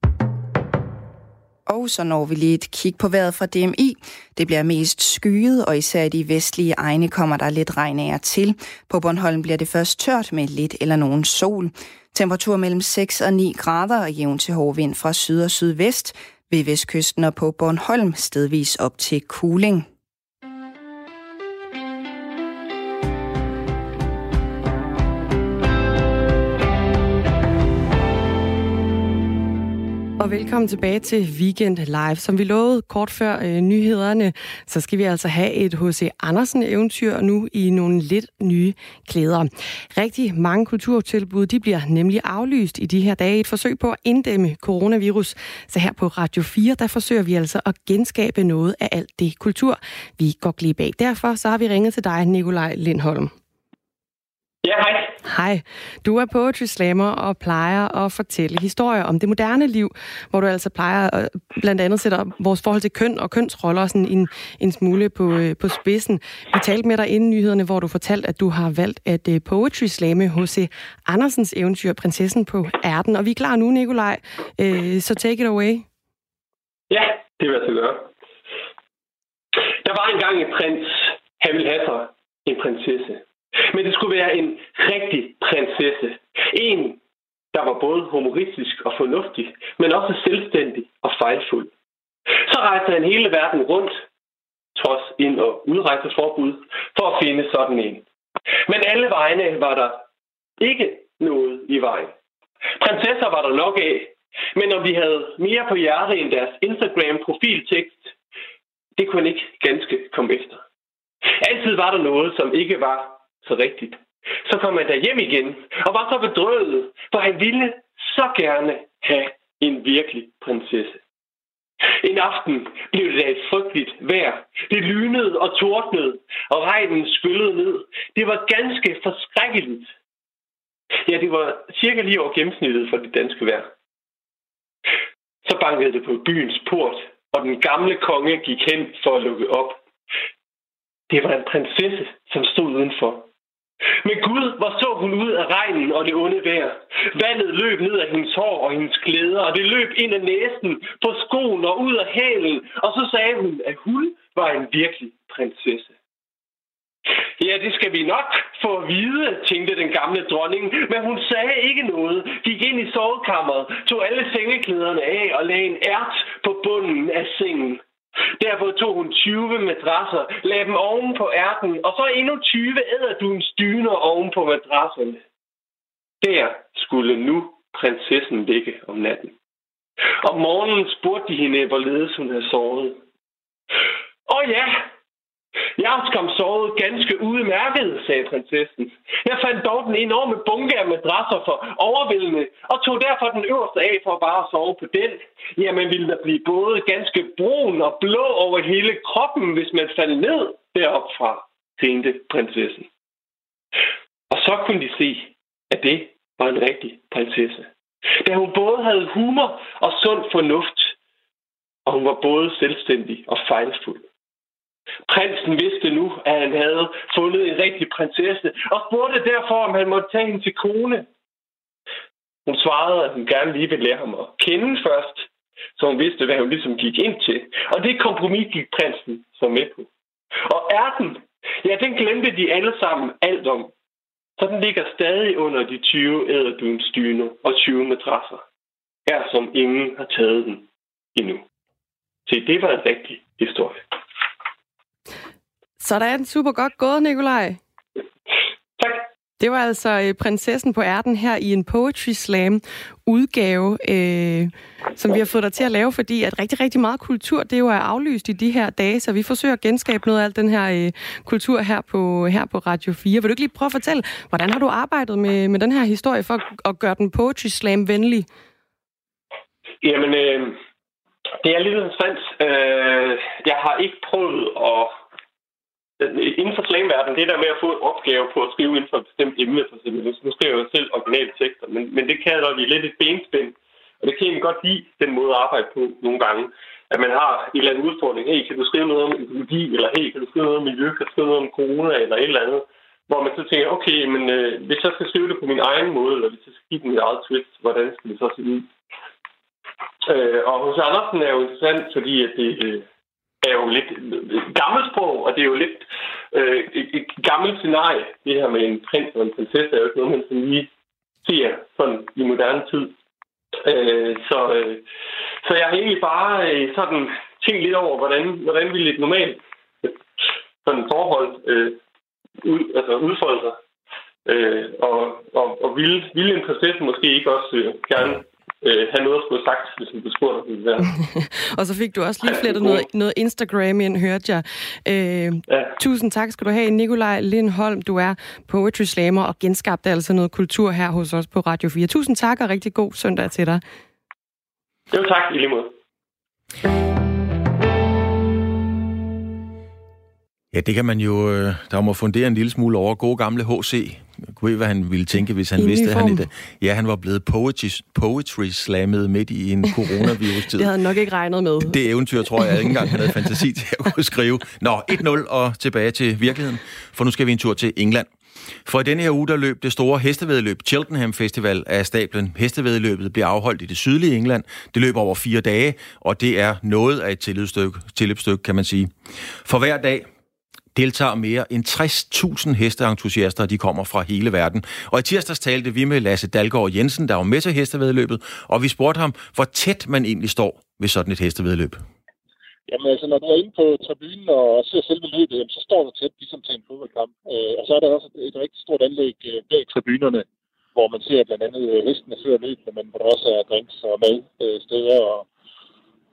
Og så når vi lige et kig på vejret fra DMI. Det bliver mest skyet, og især i de vestlige egne kommer der lidt regn af og til. På Bornholm bliver det først tørt med lidt eller nogen sol. Temperatur mellem 6 og 9 grader og jævn til hård vind fra syd og sydvest. Ved vestkysten og på Bornholm stedvis op til kuling.
Og velkommen tilbage til Weekend Live. Som vi lovede kort før nyhederne, så skal vi altså have et H.C. Andersen-eventyr nu i nogle lidt nye klæder. Rigtig mange kulturtilbud, de bliver nemlig aflyst i de her dage i et forsøg på at inddæmme coronavirus. Så her på Radio 4, der forsøger vi altså at genskabe noget af alt det kultur, vi går glip af. Derfor så har vi ringet til dig, Nikolaj Lindholm.
Ja, hej.
Hej. Du er poetry slammer og plejer at fortælle historier om det moderne liv, hvor du altså plejer at blandt andet sætter vores forhold til køn og kønsroller sådan en smule på spidsen. Vi talte med dig inden nyhederne, hvor du fortalte, at du har valgt at poetry slamme H.C. Andersens eventyr Prinsessen på Ærten. Og vi er klar nu, Nikolaj. Så take it away.
Ja, det vil jeg så gøre. Der var engang en prins. Han ville have sig en prinsesse. Men det skulle være en rigtig prinsesse. En, der var både humoristisk og fornuftig, men også selvstændig og fejlfuld. Så rejste han hele verden rundt, trods ind- og udrejseforbud, for at finde sådan en. Men alle vegne var der ikke noget i vejen. Prinsesser var der nok af, men når de havde mere på hjerte end deres Instagram-profiltekst, det kunne han ikke ganske komme efter. Altid var der noget, som ikke var så rigtigt. Så kom han der hjem igen og var så bedrøvet, for han ville så gerne have en virkelig prinsesse. En aften blev det et frygteligt vejr. Det lynede og tordnede, og regnen skyllede ned. Det var ganske forskrækkeligt. Ja, det var cirka lige over gennemsnittet for det danske vejr. Så bankede det på byens port, og den gamle konge gik hen for at lukke op. Det var en prinsesse, som stod udenfor. Men Gud, hvor så hun ud af regnen og det onde vejr. Vandet løb ned af hendes hår og hendes klæder, og det løb ind af næsen, på skoen og ud af hælen. Og så sagde hun, at hun var en virkelig prinsesse. Ja, det skal vi nok få at vide, tænkte den gamle dronning, men hun sagde ikke noget, gik ind i sovekammeret, tog alle sengeklæderne af og lagde en ært på bunden af sengen. Derpå tog hun 20 madrasser, lagde dem oven på ærten, og så endnu 20 edderduns dyner oven på madrasserne. Der skulle nu prinsessen ligge om natten. Om morgenen spurgte de hende, hvorledes hun havde sovet. Ja, jeg har skam sovet ganske udmærket, sagde prinsessen. Jeg fandt dog den enorme bunke af madrasser for overvældende, og tog derfor den øverste af for bare at sove på den. Jamen ville der blive både ganske brun og blå over hele kroppen, hvis man faldt ned derop fra, tænkte prinsessen. Og så kunne de se, at det var en rigtig prinsesse. Da hun både havde humor og sund fornuft, og hun var både selvstændig og fejlfuld. Prinsen vidste nu, at han havde fundet en rigtig prinsesse, og spurgte derfor, om han måtte tage hende til kone. Hun svarede, at hun gerne lige ville lære ham at kende først, så hun vidste, hvad hun ligesom gik ind til. Og det kompromis gik prinsen så med på. Og ærten, ja, den glemte de alle sammen alt om. Så den ligger stadig under de 20 edderduns dyner og 20 madrasser. Her som ingen har taget den endnu. Så det var en rigtig historie.
Sådan, super godt gået, Nikolaj.
Tak.
Det var altså prinsessen på ærten her i en Poetry Slam udgave, som vi har fået dig til at lave, fordi at rigtig, rigtig meget kultur, det jo er aflyst i de her dage, så vi forsøger at genskabe noget af alt den her kultur her på Radio 4. Vil du ikke lige prøve at fortælle, hvordan har du arbejdet med den her historie for at gøre den Poetry Slam venlig?
Jamen, det er lidt interessant. Jeg har ikke prøvet at inden for slamverdenen, det der med at få en opgave på at skrive inden for et bestemt emne, for eksempel. Nu skriver jeg selv originale tekster, men det kalder vi lidt et benspænd. Og det kan jeg godt lide, den måde at arbejde på nogle gange. At man har en eller anden udfordring. Hey, kan du skrive noget om økologi? Eller hey, kan du skrive noget om miljø? Kan du skrive noget om corona? Eller et eller andet. Hvor man så tænker, okay, men hvis jeg skal skrive det på min egen måde, eller hvis jeg skal give den mit eget twist, hvordan skal det så se ud? Og hos Andersen er jo interessant, fordi at det er jo lidt gammelsprog, og det er jo lidt et gammelt scenarie. Det her med en prins og en prinsesse er jo ikke noget, man sådan lige ser sådan i moderne tid. Så jeg har egentlig bare sådan tænkt lidt over, hvordan ville et normalt sådan forhold udfolde sig. Og ville en prinsesse måske ikke også gerne have noget at skulle sagt, hvis hun blev spurgt, om det ville være.
Og så fik du også lige flettet noget Instagram ind, hørte jeg. Tusind tak skal du have, Nikolaj Lindholm. Du er Poetry Slammer og genskabte altså noget kultur her hos os på Radio 4. Tusind tak og rigtig god søndag til dig.
Jo tak, i lige måde.
Ja, det kan man jo, der må fundere en lille smule over. Gode gamle H.C. Kunne ikke, hvad han ville tænke, hvis han vidste, at han var blevet poetry slammet midt i en coronavirus-tid.
Det havde han nok ikke regnet med.
Det eventyr, tror jeg ikke engang, han havde fantasi til at kunne skrive. Nå, 1-0 og tilbage til virkeligheden, for nu skal vi en tur til England. For i denne her uge, der løb det store hestevæddeløb Cheltenham Festival af stablen. Hestevæddeløbet bliver afholdt i det sydlige England. Det løber over 4 dage, og det er noget af et tilløbsstykke, kan man sige. For hver dag deltager mere end 60.000 hesteentusiaster, de kommer fra hele verden. Og i tirsdags talte vi med Lasse Dalgaard Jensen, der var med til hestevæddeløbet, og vi spurgte ham, hvor tæt man egentlig står ved sådan et hestevæddeløb.
Jamen altså, når du er inde på tribunen og ser selve løbet, så står du tæt ligesom til en fodboldkamp. Og så er der også et rigtig stort anlæg bag tribunerne, hvor man ser blandt andet hestene før løbene, men hvor der også er drinks og mad steder. Og så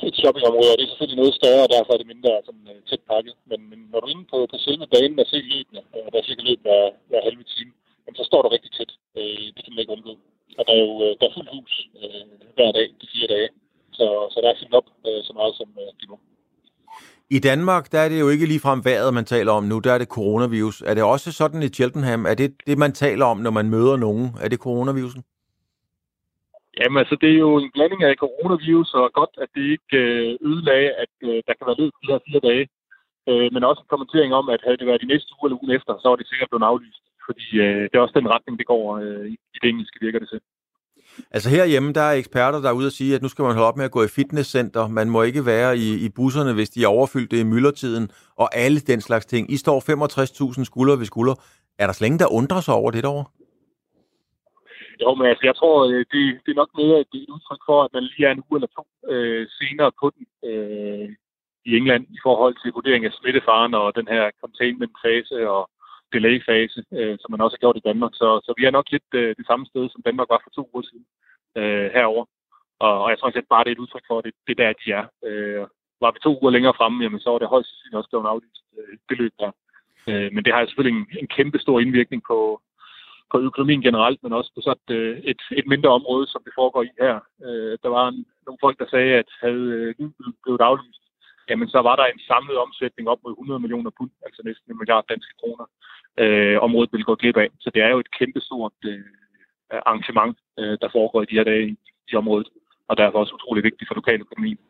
et shoppingområde, og det er selvfølgelig noget større, og derfor er det mindre sådan, tæt pakket. Men når du er inde på selve banen og ser løbene, og der er cirka løb hver halve time, så står du rigtig tæt. Det kan man ikke undgå. Og der er jo fuldt hus hver dag, de 4 dage. Så der er fyldt op så meget som det nu.
I Danmark, der er det jo ikke ligefrem vejret, man taler om nu. Der er det coronavirus. Er det også sådan i Cheltenham? Er det, man taler om, når man møder nogen? Er det coronavirusen?
Jamen altså, det er jo en blanding af coronavirus, og godt, at det ikke ødelagde, at der kan være løb de her 4 dage. Men også en kommentering om, at havde det været de næste uge eller ugen efter, så var det sikkert blevet aflyst. Fordi det er også den retning, det går i det engelske, virker det til.
Altså herhjemme, der er eksperter, der er ude og sige, at nu skal man holde op med at gå i fitnesscenter. Man må ikke være i busserne, hvis de er overfyldte i myldretiden, og alle den slags ting. I står 65.000 skulder ved skulder. Er der slet ingen, der undrer sig over det derovre?
Jo, men altså, jeg tror, det er nok mere et udtryk for, at man lige er en uge eller 2 senere på den i England i forhold til vurdering af smittefaren og den her containment-fase og delay-fase, som man også har gjort i Danmark. Så vi er nok lidt det samme sted, som Danmark var for 2 uger siden herover. Og jeg tror bare, det er et udtryk for, at det er der, de er. Var vi 2 uger længere fremme, jamen, så var det højst sandsynligt også blevet aflyst det løb der. Men det har selvfølgelig en kæmpe stor indvirkning på økonomien generelt, men også på sådan et mindre område, som det foregår i her. Der var nogle folk, der sagde, at havde løbet blevet aflyst, jamen så var der en samlet omsætning op mod 100 millioner pund, altså næsten 1 milliard danske kroner, området ville gå glip af. Så det er jo et kæmpe stort arrangement, der foregår i de her dage i området, og derfor også utrolig vigtigt for lokaløkonomien.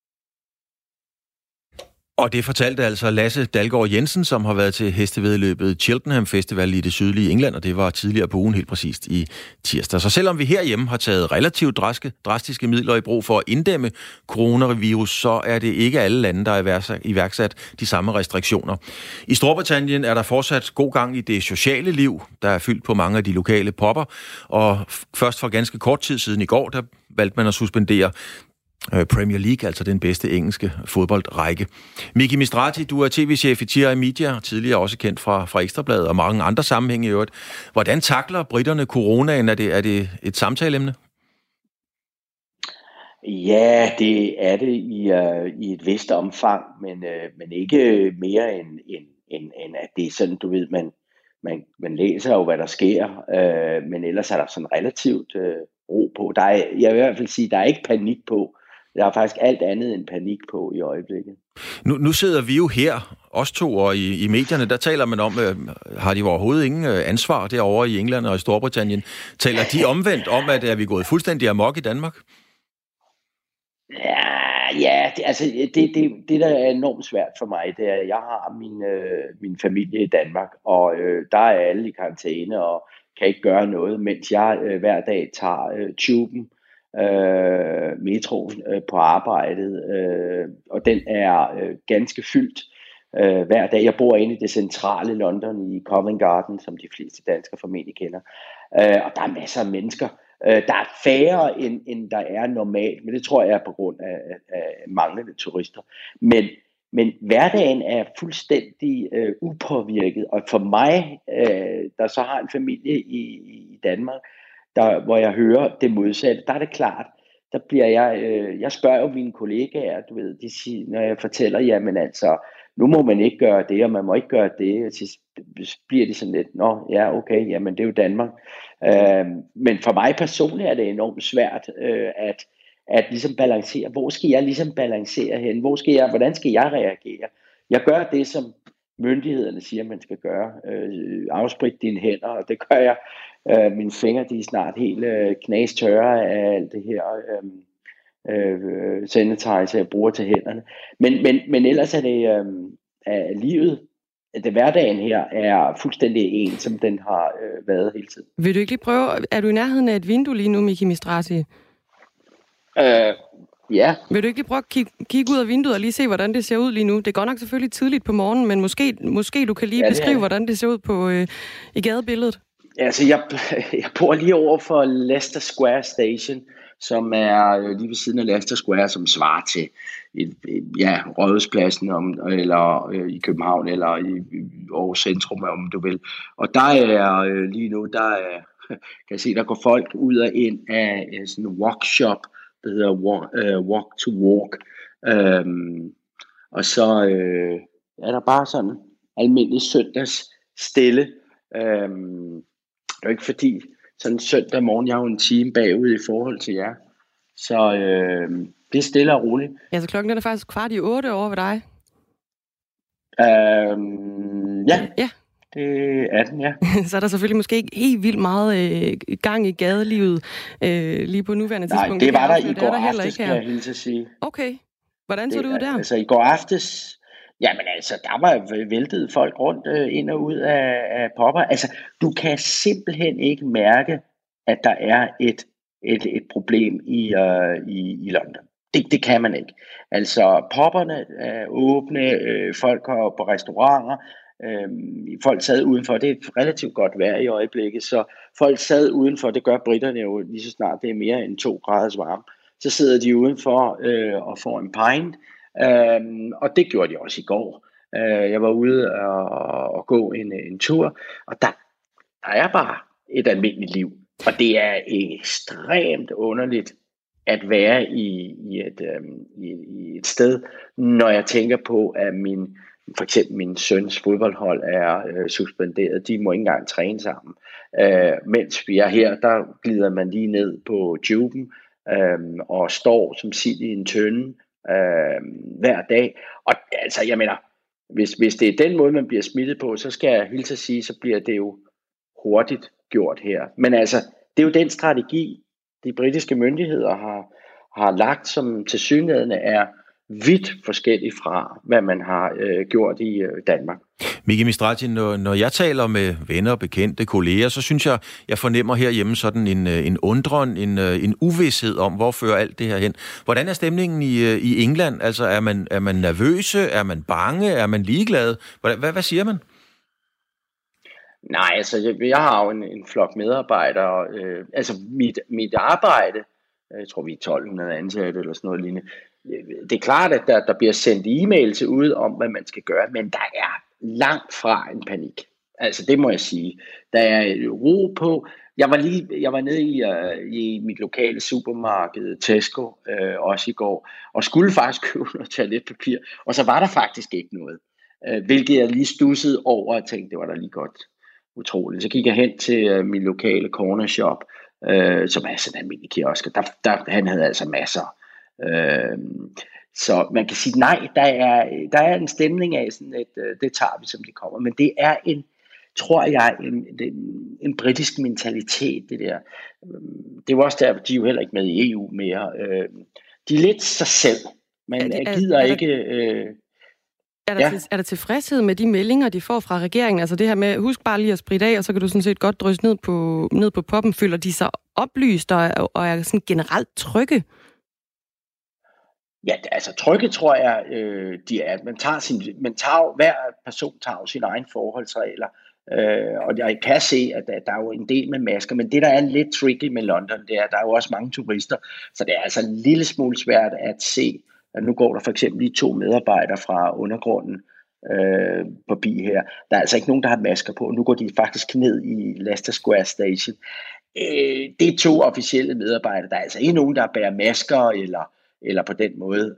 Og det fortalte altså Lasse Dalgaard Jensen, som har været til hestevæddeløbet Cheltenham Festival i det sydlige England, og det var tidligere på ugen, helt præcist i tirsdag. Så selvom vi herhjemme har taget relativt drastiske midler i brug for at inddæmme coronavirus, så er det ikke alle lande, der har iværksat de samme restriktioner. I Storbritannien er der fortsat god gang i det sociale liv, der er fyldt på mange af de lokale popper, og først for ganske kort tid siden i går, der valgte man at suspendere Premier League, altså den bedste engelske fodboldrække. Miki Mistrati, du er tv-chef i TRI Media, tidligere også kendt fra Ekstrabladet og mange andre sammenhænge i øvrigt. Hvordan takler britterne coronaen? Er det et samtaleemne?
Ja, det er det i et vist omfang, men ikke mere end at det er sådan, du ved, man læser jo, hvad der sker, men ellers er der sådan relativt ro på. Jeg vil i hvert fald sige, der er ikke panik på. Der er faktisk alt andet end panik på i øjeblikket.
Nu sidder vi jo her, os to, og i medierne, der taler man om, har de overhovedet ingen ansvar derovre i England og i Storbritannien? Taler de omvendt om, at er vi gået fuldstændig amok i Danmark?
Ja, det der er enormt svært for mig, det er, at jeg har min familie i Danmark, og der er alle i karantæne og kan ikke gøre noget, mens jeg hver dag tager tuben, metroen på arbejdet, og den er ganske fyldt hver dag. Jeg bor inde i det centrale London i Covent Garden, som de fleste danskere formentlig kender, og der er masser af mennesker. Der er færre, end der er normalt, men det tror jeg er på grund af manglende turister. Men hverdagen er fuldstændig upåvirket, og for mig, der så har en familie i Danmark, hvor jeg hører det modsatte, der er det klart, der bliver jeg spørger jo mine kollegaer, du ved, de siger, når jeg fortæller, jamen altså, nu må man ikke gøre det, og man må ikke gøre det, og så bliver det sådan lidt, nå, ja, okay, jamen det er jo Danmark. Men for mig personligt er det enormt svært at ligesom balancere. Hvor skal jeg ligesom balancere hen? Hvordan skal jeg reagere? Jeg gør det, som myndighederne siger, man skal gøre. Afsprit dine hænder, og det gør jeg. Mine fingre, de er snart helt knastørre af alt det her sanitizer, jeg bruger til hænderne. Men ellers er det livet. Hverdagen her er fuldstændig en, som den har været hele tiden.
Vil du ikke lige prøve, er du i nærheden af et vindue lige nu, Miki Mistrati?
Ja.
Vil du ikke lige prøve at kigge ud af vinduet og lige se, hvordan det ser ud lige nu? Det er godt nok selvfølgelig tidligt på morgenen, men måske du kan lige beskrive, hvordan det ser ud på i gadebilledet. Altså,
jeg bor lige over for Leicester Square Station, som er lige ved siden af Leicester Square, som svarer til Rådhuspladsen eller i København eller i Aarhus Centrum, om du vil. Og der er lige nu, kan jeg se, der går folk ud og ind af sådan en workshop, der hedder Walk to Walk. Og så er der bare sådan almindelig søndags stille. Det er ikke fordi sådan søndag morgen, jeg har jo en time bagud i forhold til jer. Så det er stille og roligt.
Ja, så klokken er faktisk 7:15 over ved dig.
Ja. Det er den, ja.
Så er der selvfølgelig måske ikke helt vildt meget gang i gadelivet lige på nuværende tidspunkt.
Nej, det var der i går aftes, kan jeg hilse at sige.
Okay. Hvordan så det ud der?
Altså i går aftes, jamen altså, der var væltet folk rundt ind og ud af popper. Altså, du kan simpelthen ikke mærke, at der er et problem i London. Det kan man ikke. Altså, popperne er åbne, folk går på restauranter, folk sad udenfor. Det er et relativt godt vejr i øjeblikket, så folk sad udenfor. Det gør britterne jo lige så snart det er mere end 2 graders varme. Så sidder de udenfor og får en pint, og det gjorde de også i går. Jeg var ude og gå en tur, og der er bare et almindeligt liv. Og det er ekstremt underligt at være i et sted, når jeg tænker på, at for eksempel min søns fodboldhold er suspenderet. De må ikke engang træne sammen. Mens vi er her, der glider man lige ned på tuben og står som sild i en tønde hver dag. Og altså, jeg mener, hvis det er den måde, man bliver smittet på, så skal jeg hilse at sige, så bliver det jo hurtigt gjort her. Men altså, det er jo den strategi, de britiske myndigheder har lagt, som tilsyneladende er vidt forskelligt fra, hvad man har gjort i Danmark.
Miki Mistrati, når jeg taler med venner, bekendte, kolleger, så synes jeg fornemmer herhjemme sådan en undren, en uvished om, hvor fører alt det her hen. Hvordan er stemningen i England? Altså, er man nervøse? Er man bange? Er man ligeglad? Hvad siger man?
Nej, altså, jeg har jo en flok medarbejdere. Altså, mit arbejde, jeg tror, vi er 1200 ansatte eller sådan noget lignende. Det er klart, at der bliver sendt e-mails ud om, hvad man skal gøre, men der er langt fra en panik. Altså, det må jeg sige. Der er ro på. Jeg var nede i mit lokale supermarked, Tesco, også i går, og skulle faktisk købe noget toiletpapir, og så var der faktisk ikke noget. Hvilket jeg lige stussede over og tænkte, det var da lige godt utroligt. Så gik jeg hen til min lokale corner shop, som er sådan en almindelig kiosk. Han havde altså masser. Så man kan sige, nej, der er en stemning af sådan, at det tager vi, som det kommer. Men det er tror jeg, en britisk mentalitet, det der. Det er jo også der, de er jo heller ikke med i EU mere. De er lidt sig selv. Man gider ikke...
Er der tilfredshed med de meldinger, de får fra regeringen? Altså det her med, husk bare lige at spritte af, og så kan du sådan set godt drysse ned på poppen. Føler de sig oplyst og er sådan generelt trygge?
Ja, altså trygge tror jeg, de er. Hver person tager sine egne forholdsregler. Og jeg kan se, at der er jo en del med masker, men det, der er lidt tricky med London, det er, at der er jo også mange turister, så det er altså en lille smule svært at se. Nu går der for eksempel lige 2 medarbejdere fra undergrunden forbi her. Der er altså ikke nogen, der har masker på. Nu går de faktisk ned i Leicester Square Station. Det er 2 officielle medarbejdere. Der er altså ikke nogen, der bærer masker eller på den måde.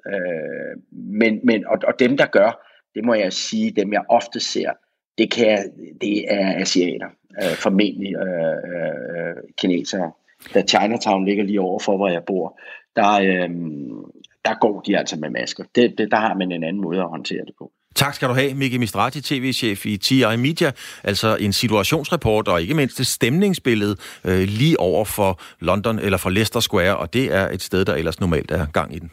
Og dem, der gør, det må jeg sige, dem jeg ofte ser, det er asiater, formentlig kinesere. Da Chinatown ligger lige overfor, hvor jeg bor, der går de altså med masker. Der har man en anden måde at håndtere det på.
Tak skal du have, Miki Mistrati, tv-chef i TI Media, altså en situationsrapport og ikke mindst et stemningsbillede lige over for London eller for Leicester Square, og det er et sted, der ellers normalt er gang i den.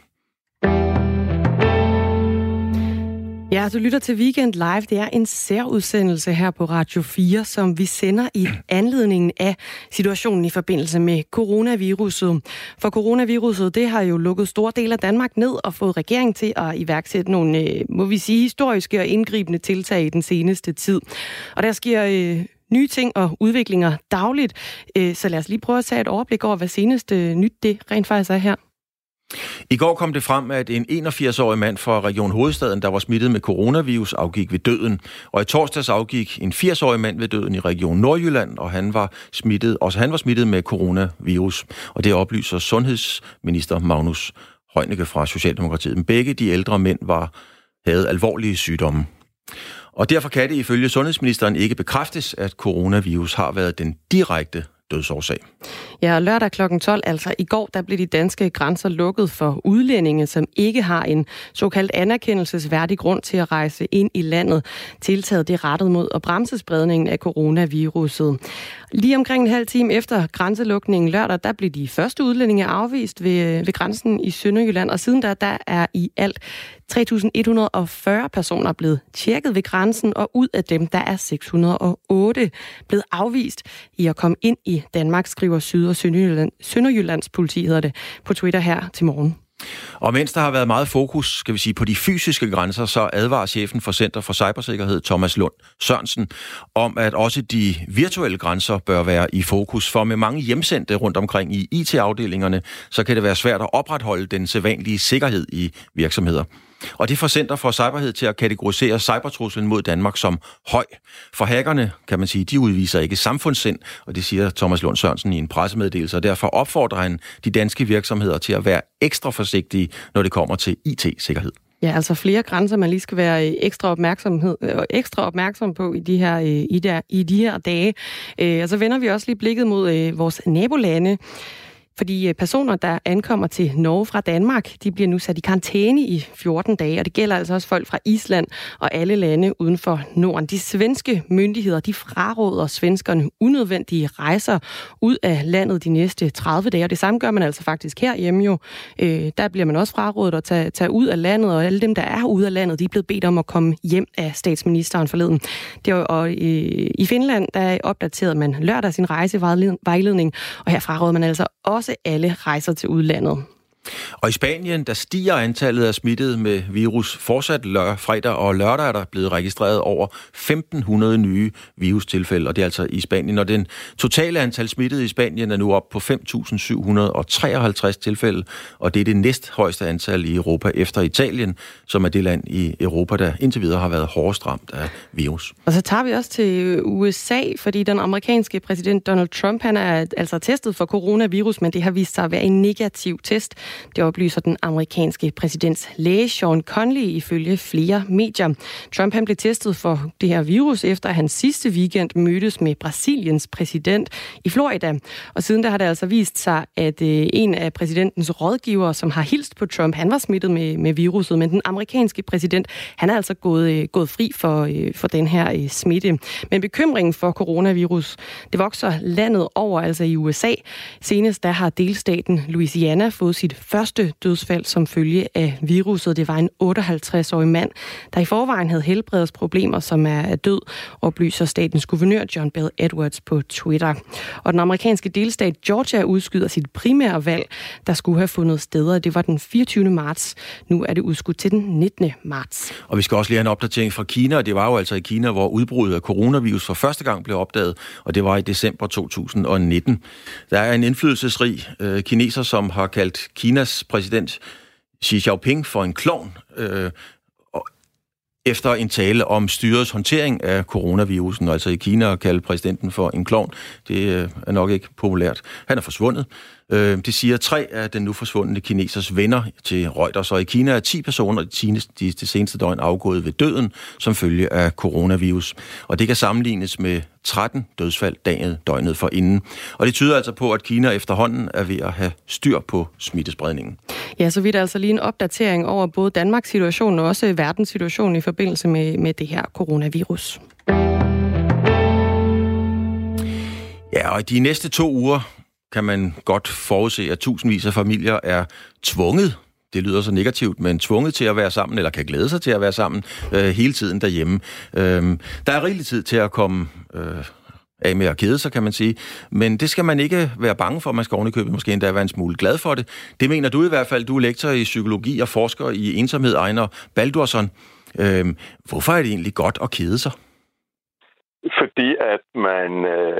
Ja, du lytter til Weekend Live. Det er en særudsendelse her på Radio 4, som vi sender i anledningen af situationen i forbindelse med coronaviruset. For coronaviruset, det har jo lukket store dele af Danmark ned og fået regeringen til at iværksætte nogle, må vi sige, historiske og indgribende tiltag i den seneste tid. Og der sker nye ting og udviklinger dagligt. Så lad os lige prøve at tage et overblik over, hvad seneste nyt det rent faktisk er her.
I går kom det frem, at en 81-årig mand fra Region Hovedstaden, der var smittet med coronavirus, afgik ved døden. Og i torsdags afgik en 80-årig mand ved døden i Region Nordjylland, og han var smittet med coronavirus. Og det oplyser sundhedsminister Magnus Heunicke fra Socialdemokratiet. Men begge de ældre mænd havde alvorlige sygdomme. Og derfor kan det ifølge sundhedsministeren ikke bekræftes, at coronavirus har været den direkte dødsårsag.
Ja, og lørdag kl. 12, altså i går, der blev de danske grænser lukket for udlændinge, som ikke har en såkaldt anerkendelsesværdig grund til at rejse ind i landet. Tiltaget det rettet mod at bremse spredningen af coronaviruset. Lige omkring en halv time efter grænselukningen lørdag, der blev de første udlændinge afvist ved grænsen i Sønderjylland, og siden der er i alt 3.140 personer blevet tjekket ved grænsen, og ud af dem, der er 608 blevet afvist i at komme ind i Danmark, skriver Syd- og Sønderjyllands politi, hedder det, på Twitter her til morgen.
Og mens der har været meget fokus, skal vi sige, på de fysiske grænser, så advarer chefen for Center for Cybersikkerhed, Thomas Lund Sørensen, om at også de virtuelle grænser bør være i fokus. For med mange hjemsendte rundt omkring i IT-afdelingerne, så kan det være svært at opretholde den sædvanlige sikkerhed i virksomheder. Og det får Center for Cybersikkerhed til at kategorisere cybertruslen mod Danmark som høj. For hackerne, kan man sige, de udviser ikke samfundssind, og det siger Thomas Lund Sørensen i en pressemeddelelse, og derfor opfordrer han de danske virksomheder til at være ekstra forsigtige, når det kommer til IT-sikkerhed.
Ja, altså flere grænser, man lige skal være ekstra opmærksom på i de her dage. Og så vender vi også lige blikket mod vores nabolande. Fordi personer, der ankommer til Norge fra Danmark, de bliver nu sat i karantæne i 14 dage, og det gælder altså også folk fra Island og alle lande uden for Norden. De svenske myndigheder, de fraråder svenskerne unødvendige rejser ud af landet de næste 30 dage, og det samme gør man altså faktisk herhjemme jo. Der bliver man også frarådet at tage ud af landet, og alle dem, der er ude af landet, de er blevet bedt om at komme hjem af statsministeren forleden. I Finland, der opdaterede man lørdag sin rejsevejledning, og her fraråder man altså også alle rejser til udlandet.
Og i Spanien, der stiger antallet af smittede med virus fortsat fredag og lørdag er der blevet registreret over 1.500 nye virustilfælde, og det er altså i Spanien. Og den totale antal smittede i Spanien er nu op på 5.753 tilfælde, og det er det næsthøjeste antal i Europa efter Italien, som er det land i Europa, der indtil videre har været hårdest ramt af virus.
Og så tager vi også til USA, fordi den amerikanske præsident Donald Trump, han er altså testet for coronavirus, men det har vist sig at være en negativ test. Det oplyser den amerikanske præsidents læge Sean Conley ifølge flere medier. Trump han blev testet for det her virus, efter at han sidste weekend mødtes med Brasiliens præsident i Florida. Og siden der har det altså vist sig, at en af præsidentens rådgivere, som har hilst på Trump, han var smittet med viruset, men den amerikanske præsident, han er altså gået fri for den her smitte. Men bekymringen for coronavirus, det vokser landet over, altså i USA. Senest der har delstaten Louisiana fået sit første dødsfald som følge af viruset. Det var en 58-årig mand, der i forvejen havde helbredsproblemer, som er død, oplyser statens guvernør John Bell Edwards på Twitter. Og den amerikanske delstat Georgia udskyder sit primære valg, der skulle have fundet steder. Det var den 24. marts. Nu er det udskudt til den 19. marts.
Og vi skal også lige have en opdatering fra Kina, og det var jo altså i Kina, hvor udbruddet af coronavirus for første gang blev opdaget, og det var i december 2019. Der er en indflydelsesrig kineser, som har kaldt Kinas præsident Xi Jinping for en klovn, efter en tale om styrets håndtering af coronavirusen. Altså i Kina at kalde præsidenten for en klovn, det er nok ikke populært. Han er forsvundet. Det siger 3 af den nu forsvundne kinesers venner til Reuters, og i Kina er 10 personer de seneste døgn afgået ved døden som følge af coronavirus. Og det kan sammenlignes med 13 dødsfald døgnet forinden. Og det tyder altså på, at Kina efterhånden er ved at have styr på smittespredningen.
Ja, så vidt altså lige en opdatering over både Danmarks situation og også verdenssituationen i forbindelse med det her coronavirus.
Ja, og i de næste 2 uger kan man godt forudse, at tusindvis af familier er tvunget, det lyder så negativt, men tvunget til at være sammen, eller kan glæde sig til at være sammen hele tiden derhjemme. Der er rigelig tid til at komme af med at kede sig, kan man sige, men det skal man ikke være bange for, man skal ovenikøbet måske endda være en smule glad for det. Det mener du i hvert fald, du er lektor i psykologi og forsker i ensomhed, Einar Baldursson. Hvorfor er det egentlig godt at kede sig?
Fordi at man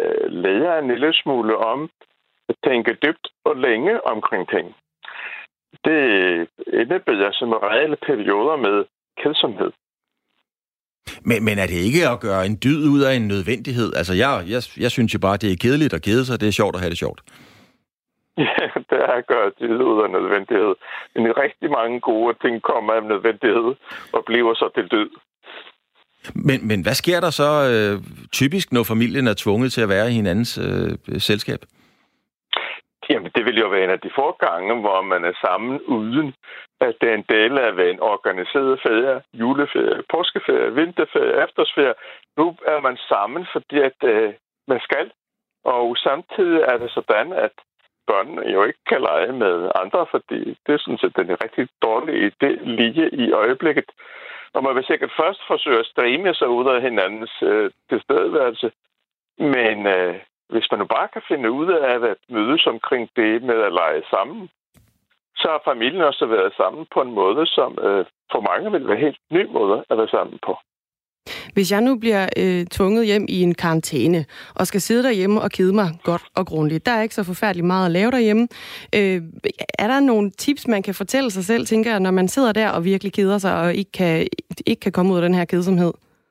lærer en lille smule om at tænke dybt og længe omkring ting. det indebærer som reelle perioder med kedsomhed.
Men er det ikke at gøre en dyd ud af en nødvendighed? Altså, jeg synes jo bare, det er kedeligt at kede sig, det er sjovt at have det sjovt.
Ja, det er at gøre dyd ud af nødvendighed. Men rigtig mange gode ting kommer af nødvendighed og bliver så til død.
Men hvad sker der så typisk, når familien er tvunget til at være i hinandens selskab?
Jamen, det vil jo være en af de få gange, hvor man er sammen uden, at det er en del af en organiseret ferie, juleferie, påskeferie, vinterferie, efterårsferie. Nu er man sammen, fordi at man skal. Og samtidig er det sådan, at børnene jo ikke kan lege med andre, fordi det er sådan set en rigtig dårlig idé lige i øjeblikket. Og man vil sikkert først forsøge at streame sig ud af hinandens tilstedeværelse. Men hvis man nu bare kan finde ud af at mødes omkring det med at lege sammen, så har familien også været sammen på en måde, som for mange vil være helt ny måde at være sammen på.
Hvis jeg nu bliver tvunget hjem i en karantæne, og skal sidde derhjemme og kede mig godt og grundigt, der er ikke så forfærdeligt meget at lave derhjemme. Er der nogle tips, man kan fortælle sig selv, tænker jeg, når man sidder der og virkelig keder sig, og ikke kan komme ud af den her kedsomhed?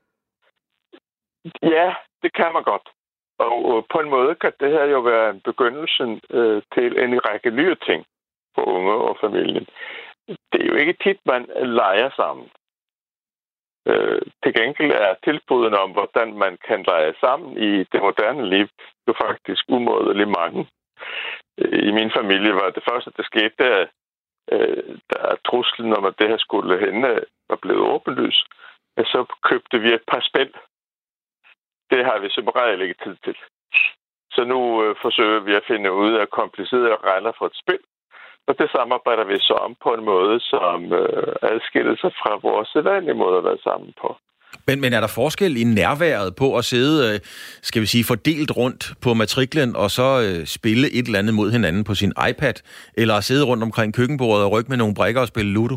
Ja, det kan man godt. Og på en måde kan det her jo være en begyndelse til en række nye ting for unge og familien. Det er jo ikke tit, man leger sammen. Til gengæld er tilbudene om, hvordan man kan lege sammen i det moderne liv, jo faktisk umådeligt mange. I min familie var det første, der skete, da truslen om, at det her skulle hænde, var blevet åbenlyst. Så købte vi et par spil. Det har vi som regel ikke tid til. Så nu forsøger vi at finde ud af komplicerede regler for et spil. Og det samarbejder vi så om på en måde, som adskiller sig fra vores sædvanlige måde at være sammen på.
Men er der forskel i nærværet på at sidde, skal vi sige, fordelt rundt på matriklen, og så spille et eller andet mod hinanden på sin iPad, eller at sidde rundt omkring køkkenbordet og rykke med nogle brikker og spille Ludo?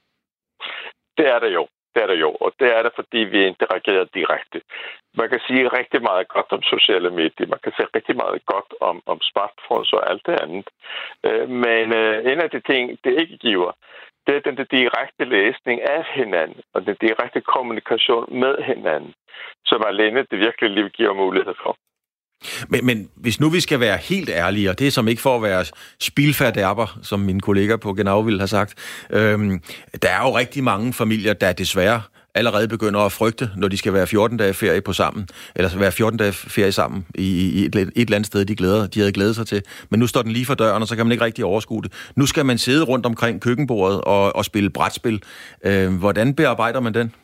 Det er det jo. Det er det jo, og det er det, fordi vi interagerer direkte. Man kan sige rigtig meget godt om sociale medier, man kan sige rigtig meget godt om smartphones og alt det andet. Men en af de ting, det ikke giver, det er den direkte læsning af hinanden, og den direkte kommunikation med hinanden, som alene det virkelige liv giver mulighed for.
Men hvis nu vi skal være helt ærlige, og det er som ikke for at være spilfærderber, som min kollega på Genau ville have sagt, der er jo rigtig mange familier, der desværre allerede begynder at frygte, når de skal være 14 dage ferie på sammen, eller være 14 dage ferie sammen i et eller andet sted, de havde glædet sig til. Men nu står den lige for døren, og så kan man ikke rigtig overskue det. Nu skal man sidde rundt omkring køkkenbordet og spille brætspil. Hvordan bearbejder man den?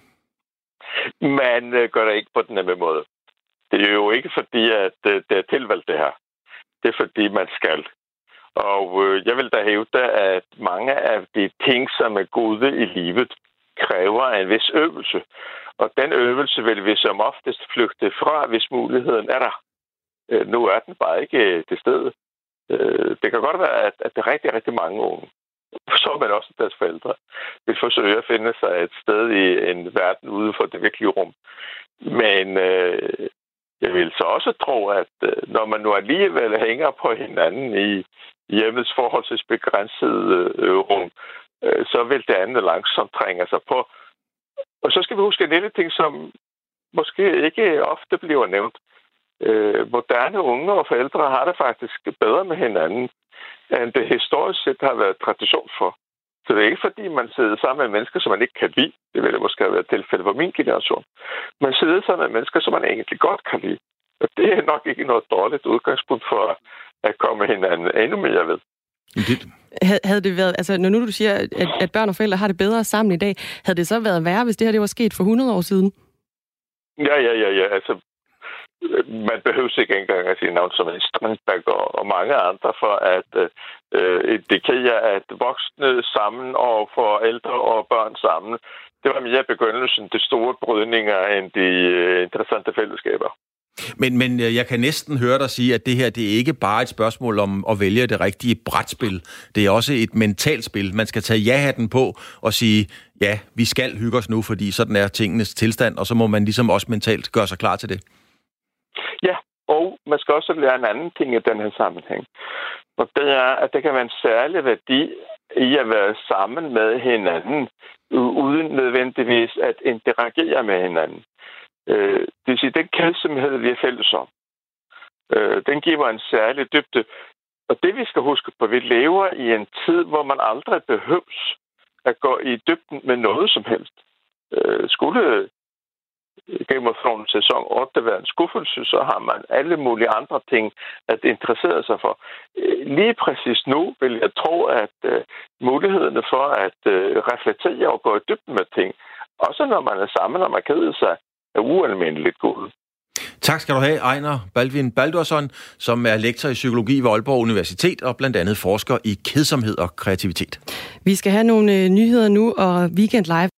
Man gør det ikke på den nemme måde. Det er jo ikke fordi, at det er tilvalgt det her. Det er fordi, man skal. Og jeg vil da hævde, at mange af de ting, som er gode i livet, kræver en vis øvelse. Og den øvelse vil vi som oftest flygte fra, hvis muligheden er der. Nu er den bare ikke til stede. Det kan godt være, at det er rigtig, rigtig mange unge, så men også deres forældre, vil forsøge at finde sig et sted i en verden ude for det virkelige rum. Men jeg vil så også tro, at når man nu alligevel hænger på hinanden i hjemmets forholdsvis begrænsede rum, så vil det andet langsomt trænge sig på. Og så skal vi huske en lille ting, som måske ikke ofte bliver nævnt. Moderne unge og forældre har det faktisk bedre med hinanden, end det historisk set har været tradition for. Så det er ikke fordi, man sidder sammen med mennesker, som man ikke kan lide. Det ville måske have været tilfælde for min generation. Man sidder sammen med mennesker, som man egentlig godt kan lide. Og det er nok ikke noget dårligt udgangspunkt for at komme hinanden endnu mere ved.
Havde det været, altså når nu du siger, at børn og forældre har det bedre sammen i dag, havde det så været værre, hvis det her det var sket for 100 år siden?
Ja. Altså, man behøver ikke engang at sige navn som Strindberg og mange andre for at indikere, at voksne sammen og forældre og børn sammen, det var mere begyndelsen til store brydninger end de interessante fællesskaber.
Men jeg kan næsten høre dig sige, at det her, det er ikke bare et spørgsmål om at vælge det rigtige brætspil. Det er også et mentalt spil. Man skal tage ja-hatten på og sige, ja, vi skal hygge os nu, fordi sådan er tingenes tilstand, og så må man ligesom også mentalt gøre sig klar til det.
Ja, og man skal også lære en anden ting i den her sammenhæng. Og det er, at det kan være en særlig værdi i at være sammen med hinanden, uden nødvendigvis at interagere med hinanden. Det vil sige, den kædsomhed, vi er fælles om, den giver en særlig dybde. Og det, vi skal huske på, vi lever i en tid, hvor man aldrig behøves at gå i dybden med noget som helst. Skulle Game of Thrones sæson 8 være en skuffelse, så har man alle mulige andre ting at interessere sig for. Lige præcis nu vil jeg tro, at mulighederne for at reflektere og gå i dybden med ting, også når man er sammen og man keder sig, er ualmindeligt gode.
Tak skal du have, Ejner Baldvin Baldursson, som er lektor i psykologi ved Aalborg Universitet og blandt andet forsker i kedsomhed og kreativitet.
Vi skal have nogle nyheder nu, og Weekend Live